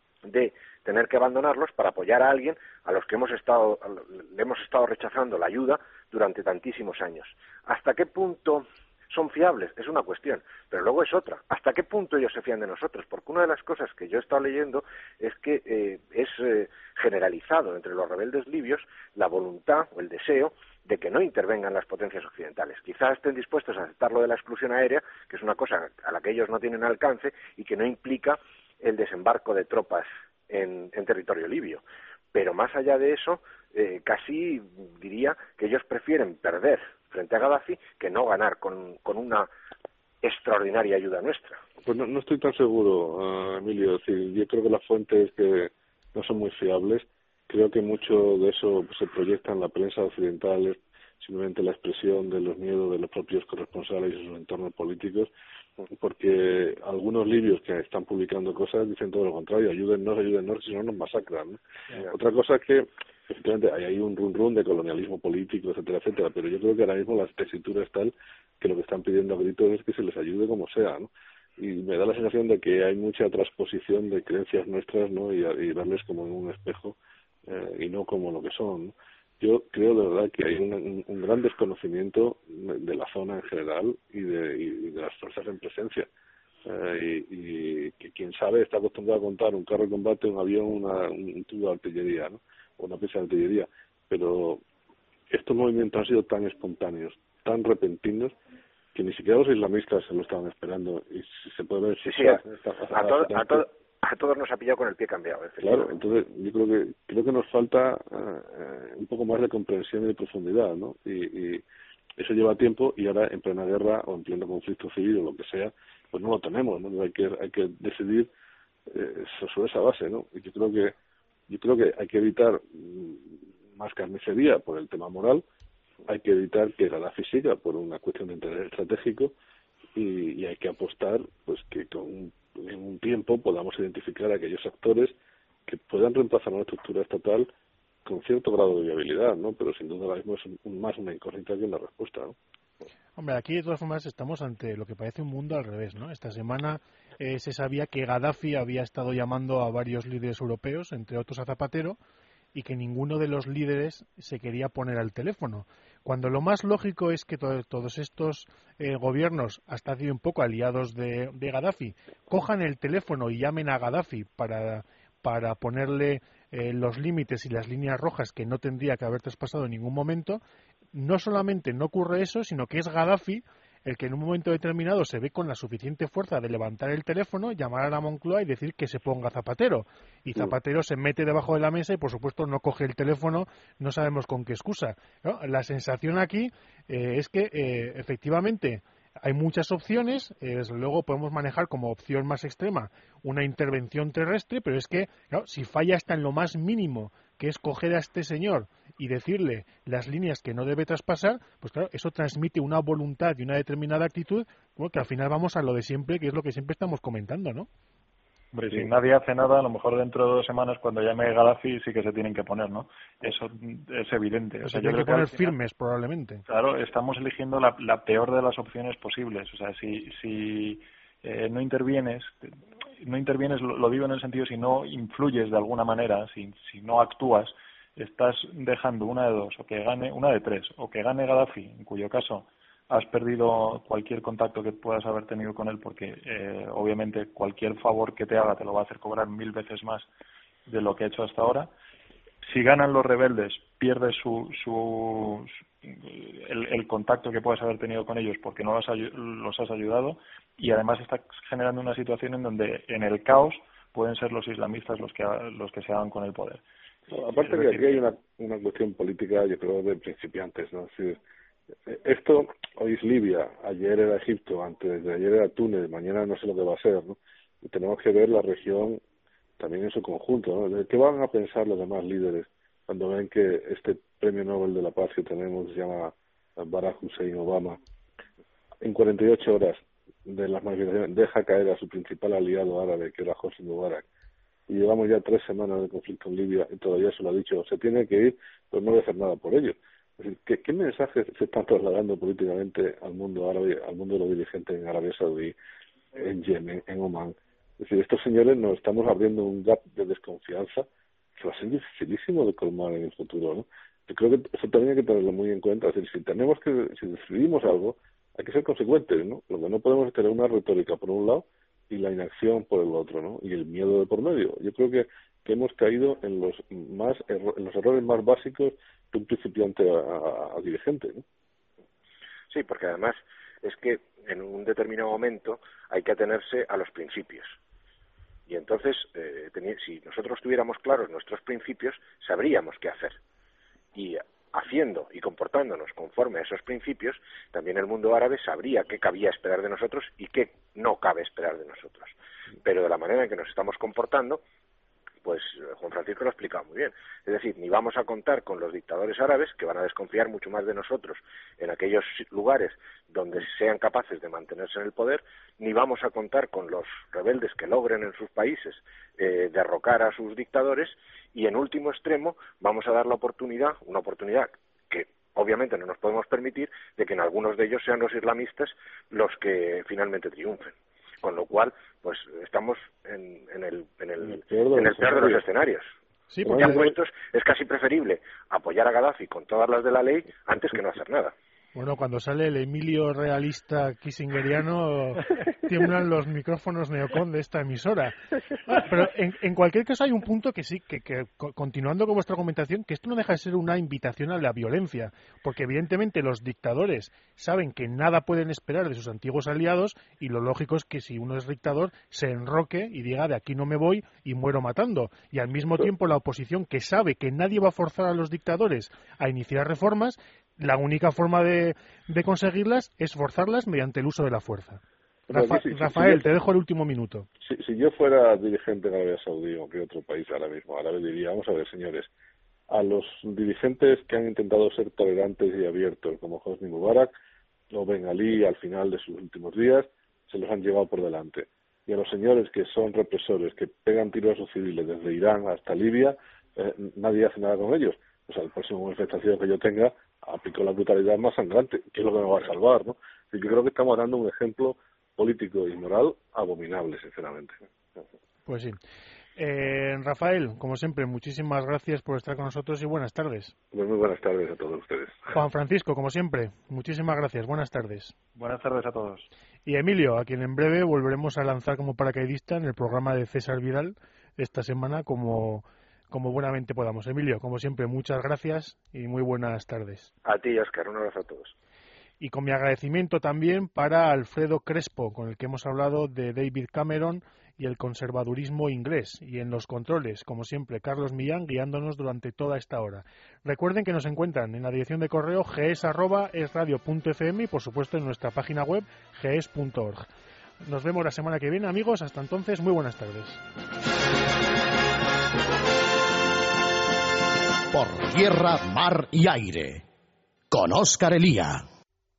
de tener que abandonarlos para apoyar a alguien a los que hemos estado, le hemos estado rechazando la ayuda durante tantísimos años. ¿Hasta qué punto son fiables? Es una cuestión, pero luego es otra. ¿Hasta qué punto ellos se fían de nosotros? Porque una de las cosas que yo he estado leyendo es que eh, es eh, generalizado entre los rebeldes libios la voluntad o el deseo de que no intervengan las potencias occidentales. Quizás estén dispuestos a aceptar lo de la exclusión aérea, que es una cosa a la que ellos no tienen alcance y que no implica el desembarco de tropas en, en territorio libio. Pero más allá de eso, eh, casi diría que ellos prefieren perder frente a Gaddafi que no ganar con, con una extraordinaria ayuda nuestra. Pues no, no estoy tan seguro, uh, Emilio. Es decir, yo creo que las fuentes que no son muy fiables. Creo que mucho de eso se proyecta en la prensa occidental, es simplemente la expresión de los miedos de los propios corresponsales y sus entornos políticos, porque algunos libios que están publicando cosas dicen todo lo contrario: ayúdennos, ayúdennos, si no nos masacran, ¿no? Yeah. Otra cosa es que, efectivamente, hay, hay un run run de colonialismo político, etcétera, etcétera, pero yo creo que ahora mismo la tesitura es tal que lo que están pidiendo a gritos es que se les ayude como sea, ¿no? Y me da la sensación de que hay mucha transposición de creencias nuestras, ¿no?, y, y verles como en un espejo eh, y no como lo que son, ¿no? Yo creo de verdad que hay un, un, un gran desconocimiento de la zona en general y de, y de las fuerzas en presencia. Eh, y, y que quien sabe está acostumbrado a contar un carro de combate, un avión, una, un tubo de artillería, ¿no?, o una pieza de artillería. Pero estos movimientos han sido tan espontáneos, tan repentinos, que ni siquiera los islamistas se lo estaban esperando. Y si se puede ver... Sí, sí, a, a, todo, a, todo, a todos nos ha pillado con el pie cambiado. Claro, entonces yo creo que creo que nos falta uh, un poco más de comprensión y de profundidad, ¿no? Y, y eso lleva tiempo, y ahora en plena guerra o en pleno conflicto civil o lo que sea, pues no lo tenemos, ¿no? Hay que hay que decidir eh, sobre esa base, ¿no? Y yo creo que yo creo que hay que evitar más carnicería por el tema moral, hay que evitar que Gaddafi siga por una cuestión de interés estratégico, y, y hay que apostar pues que con un, en un tiempo podamos identificar a aquellos actores que puedan reemplazar una estructura estatal con cierto grado de viabilidad, ¿no? Pero sin duda ahora mismo es un, un, más una incógnita que una respuesta, ¿no? Hombre, aquí de todas formas estamos ante lo que parece un mundo al revés, ¿no? Esta semana eh, se sabía que Gaddafi había estado llamando a varios líderes europeos, entre otros a Zapatero, y que ninguno de los líderes se quería poner al teléfono. Cuando lo más lógico es que to- todos estos eh, gobiernos, hasta hace un poco aliados de, de Gaddafi, cojan el teléfono y llamen a Gaddafi para, para ponerle eh, los límites y las líneas rojas que no tendría que haber traspasado en ningún momento. No solamente no ocurre eso, sino que es Gaddafi el que en un momento determinado se ve con la suficiente fuerza de levantar el teléfono, llamar a la Moncloa y decir que se ponga Zapatero. Y Zapatero se mete debajo de la mesa y, por supuesto, no coge el teléfono, no sabemos con qué excusa, ¿no? La sensación aquí eh, es que, eh, efectivamente, hay muchas opciones. Eh, desde luego podemos manejar como opción más extrema una intervención terrestre, pero es que, ¿no?, si falla hasta en lo más mínimo, que es coger a este señor y decirle las líneas que no debe traspasar, pues claro, eso transmite una voluntad y una determinada actitud, bueno, que al final vamos a lo de siempre, que es lo que siempre estamos comentando, ¿no? Hombre, si nadie hace nada, a lo mejor dentro de dos semanas, cuando llame Gaddafi, sí que se tienen que poner, ¿no? Eso es evidente. O sea, se tienen yo creo que poner que al final, firmes, probablemente. Claro, estamos eligiendo la, la peor de las opciones posibles. O sea, si, si eh, no intervienes, no intervienes, lo, lo digo en el sentido, si no influyes de alguna manera, si, si no actúas, estás dejando una de dos, o que gane, una de tres, o que gane Gaddafi, en cuyo caso has perdido cualquier contacto que puedas haber tenido con él, porque eh, obviamente cualquier favor que te haga te lo va a hacer cobrar mil veces más de lo que ha hecho hasta ahora. Si ganan los rebeldes, pierdes su, su, el, el contacto que puedas haber tenido con ellos porque no los, los has ayudado, y además estás generando una situación en donde en el caos pueden ser los islamistas los que los que se hagan con el poder. No, aparte es que aquí hay una, una cuestión política, yo creo, de principiantes, ¿no? Es decir, esto hoy es Libia, ayer era Egipto, antes de ayer era Túnez, mañana no sé lo que va a ser, ¿no? Y tenemos que ver la región también en su conjunto, ¿no? ¿Qué van a pensar los demás líderes cuando ven que este premio Nobel de la Paz que tenemos se llama Barack Hussein Obama, en cuarenta y ocho horas de las manifestaciones deja caer a su principal aliado árabe, que era Hosni Mubarak, y llevamos ya tres semanas de conflicto en Libia y todavía se lo ha dicho, se tiene que ir, pero no voy a hacer nada por ello? Es decir, ¿qué, qué mensajes se están trasladando políticamente al mundo árabe, al mundo de los dirigentes en Arabia Saudí, en Yemen, en Omán? Es decir, estos señores nos estamos abriendo un gap de desconfianza que va a ser dificilísimo de colmar en el futuro, ¿no? Yo creo que eso también hay que tenerlo muy en cuenta. Es decir, si tenemos que, si decidimos algo, hay que ser consecuentes, ¿no? Lo que no podemos es tener una retórica por un lado y la inacción por el otro, ¿no? Y el miedo de por medio. Yo creo que, que hemos caído en los más erro- en los errores más básicos de un principiante a, a, a dirigente, ¿no? Sí, porque además es que en un determinado momento hay que atenerse a los principios. Y entonces, eh, si nosotros tuviéramos claros nuestros principios, sabríamos qué hacer. Y haciendo y comportándonos conforme a esos principios, también el mundo árabe sabría qué cabía esperar de nosotros y qué no cabe esperar de nosotros. Pero de la manera en que nos estamos comportando, pues Juan Francisco lo ha explicado muy bien. Es decir, ni vamos a contar con los dictadores árabes, que van a desconfiar mucho más de nosotros en aquellos lugares donde sean capaces de mantenerse en el poder, ni vamos a contar con los rebeldes que logren en sus países eh, derrocar a sus dictadores, y en último extremo vamos a dar la oportunidad, una oportunidad que obviamente no nos podemos permitir, de que en algunos de ellos sean los islamistas los que finalmente triunfen. Con lo cual, pues estamos en, en el, en el, en el peor de, en el peor de los escenarios. Sí, porque ya puestos, es casi preferible apoyar a Gaddafi con todas las de la ley antes que no hacer nada. Bueno, cuando sale el Emilio realista kissingeriano, tiemblan los micrófonos neocon de esta emisora. Ah, pero en, en cualquier caso hay un punto que sí, que, que continuando con vuestra comentación, que esto no deja de ser una invitación a la violencia, porque evidentemente los dictadores saben que nada pueden esperar de sus antiguos aliados, y lo lógico es que si uno es dictador se enroque y diga de aquí no me voy y muero matando. Y al mismo tiempo la oposición, que sabe que nadie va a forzar a los dictadores a iniciar reformas, la única forma de, de conseguirlas es forzarlas mediante el uso de la fuerza. Rafa, sí, sí, Rafael, sí, sí, te dejo el último minuto. Si, si yo fuera dirigente en Arabia Saudí o que otro país ahora mismo árabe, diría, vamos a ver, señores, a los dirigentes que han intentado ser tolerantes y abiertos, como Hosni Mubarak o Ben Ali al final de sus últimos días, se los han llevado por delante. Y a los señores que son represores, que pegan tiros a sus civiles desde Irán hasta Libia, eh, nadie hace nada con ellos. O sea, la próxima manifestación que yo tenga, aplicó la brutalidad más sangrante, que es lo que nos va a salvar, ¿no? Así que creo que estamos dando un ejemplo político y moral abominable, sinceramente. Pues sí. Eh, Rafael, como siempre, muchísimas gracias por estar con nosotros y buenas tardes. Pues muy buenas tardes a todos ustedes. Juan Francisco, como siempre, muchísimas gracias. Buenas tardes. Buenas tardes a todos. Y Emilio, a quien en breve volveremos a lanzar como paracaidista en el programa de César Vidal esta semana como, como buenamente podamos. Emilio, como siempre, muchas gracias y muy buenas tardes. A ti, Óscar, un abrazo a todos. Y con mi agradecimiento también para Alfredo Crespo, con el que hemos hablado de David Cameron y el conservadurismo inglés. Y en los controles, como siempre, Carlos Millán guiándonos durante toda esta hora. Recuerden que nos encuentran en la dirección de correo ges arroba esradio punto efe eme y, por supuesto, en nuestra página web ges punto org. Nos vemos la semana que viene, amigos. Hasta entonces, muy buenas tardes. Por tierra, mar y aire, con Óscar Elía.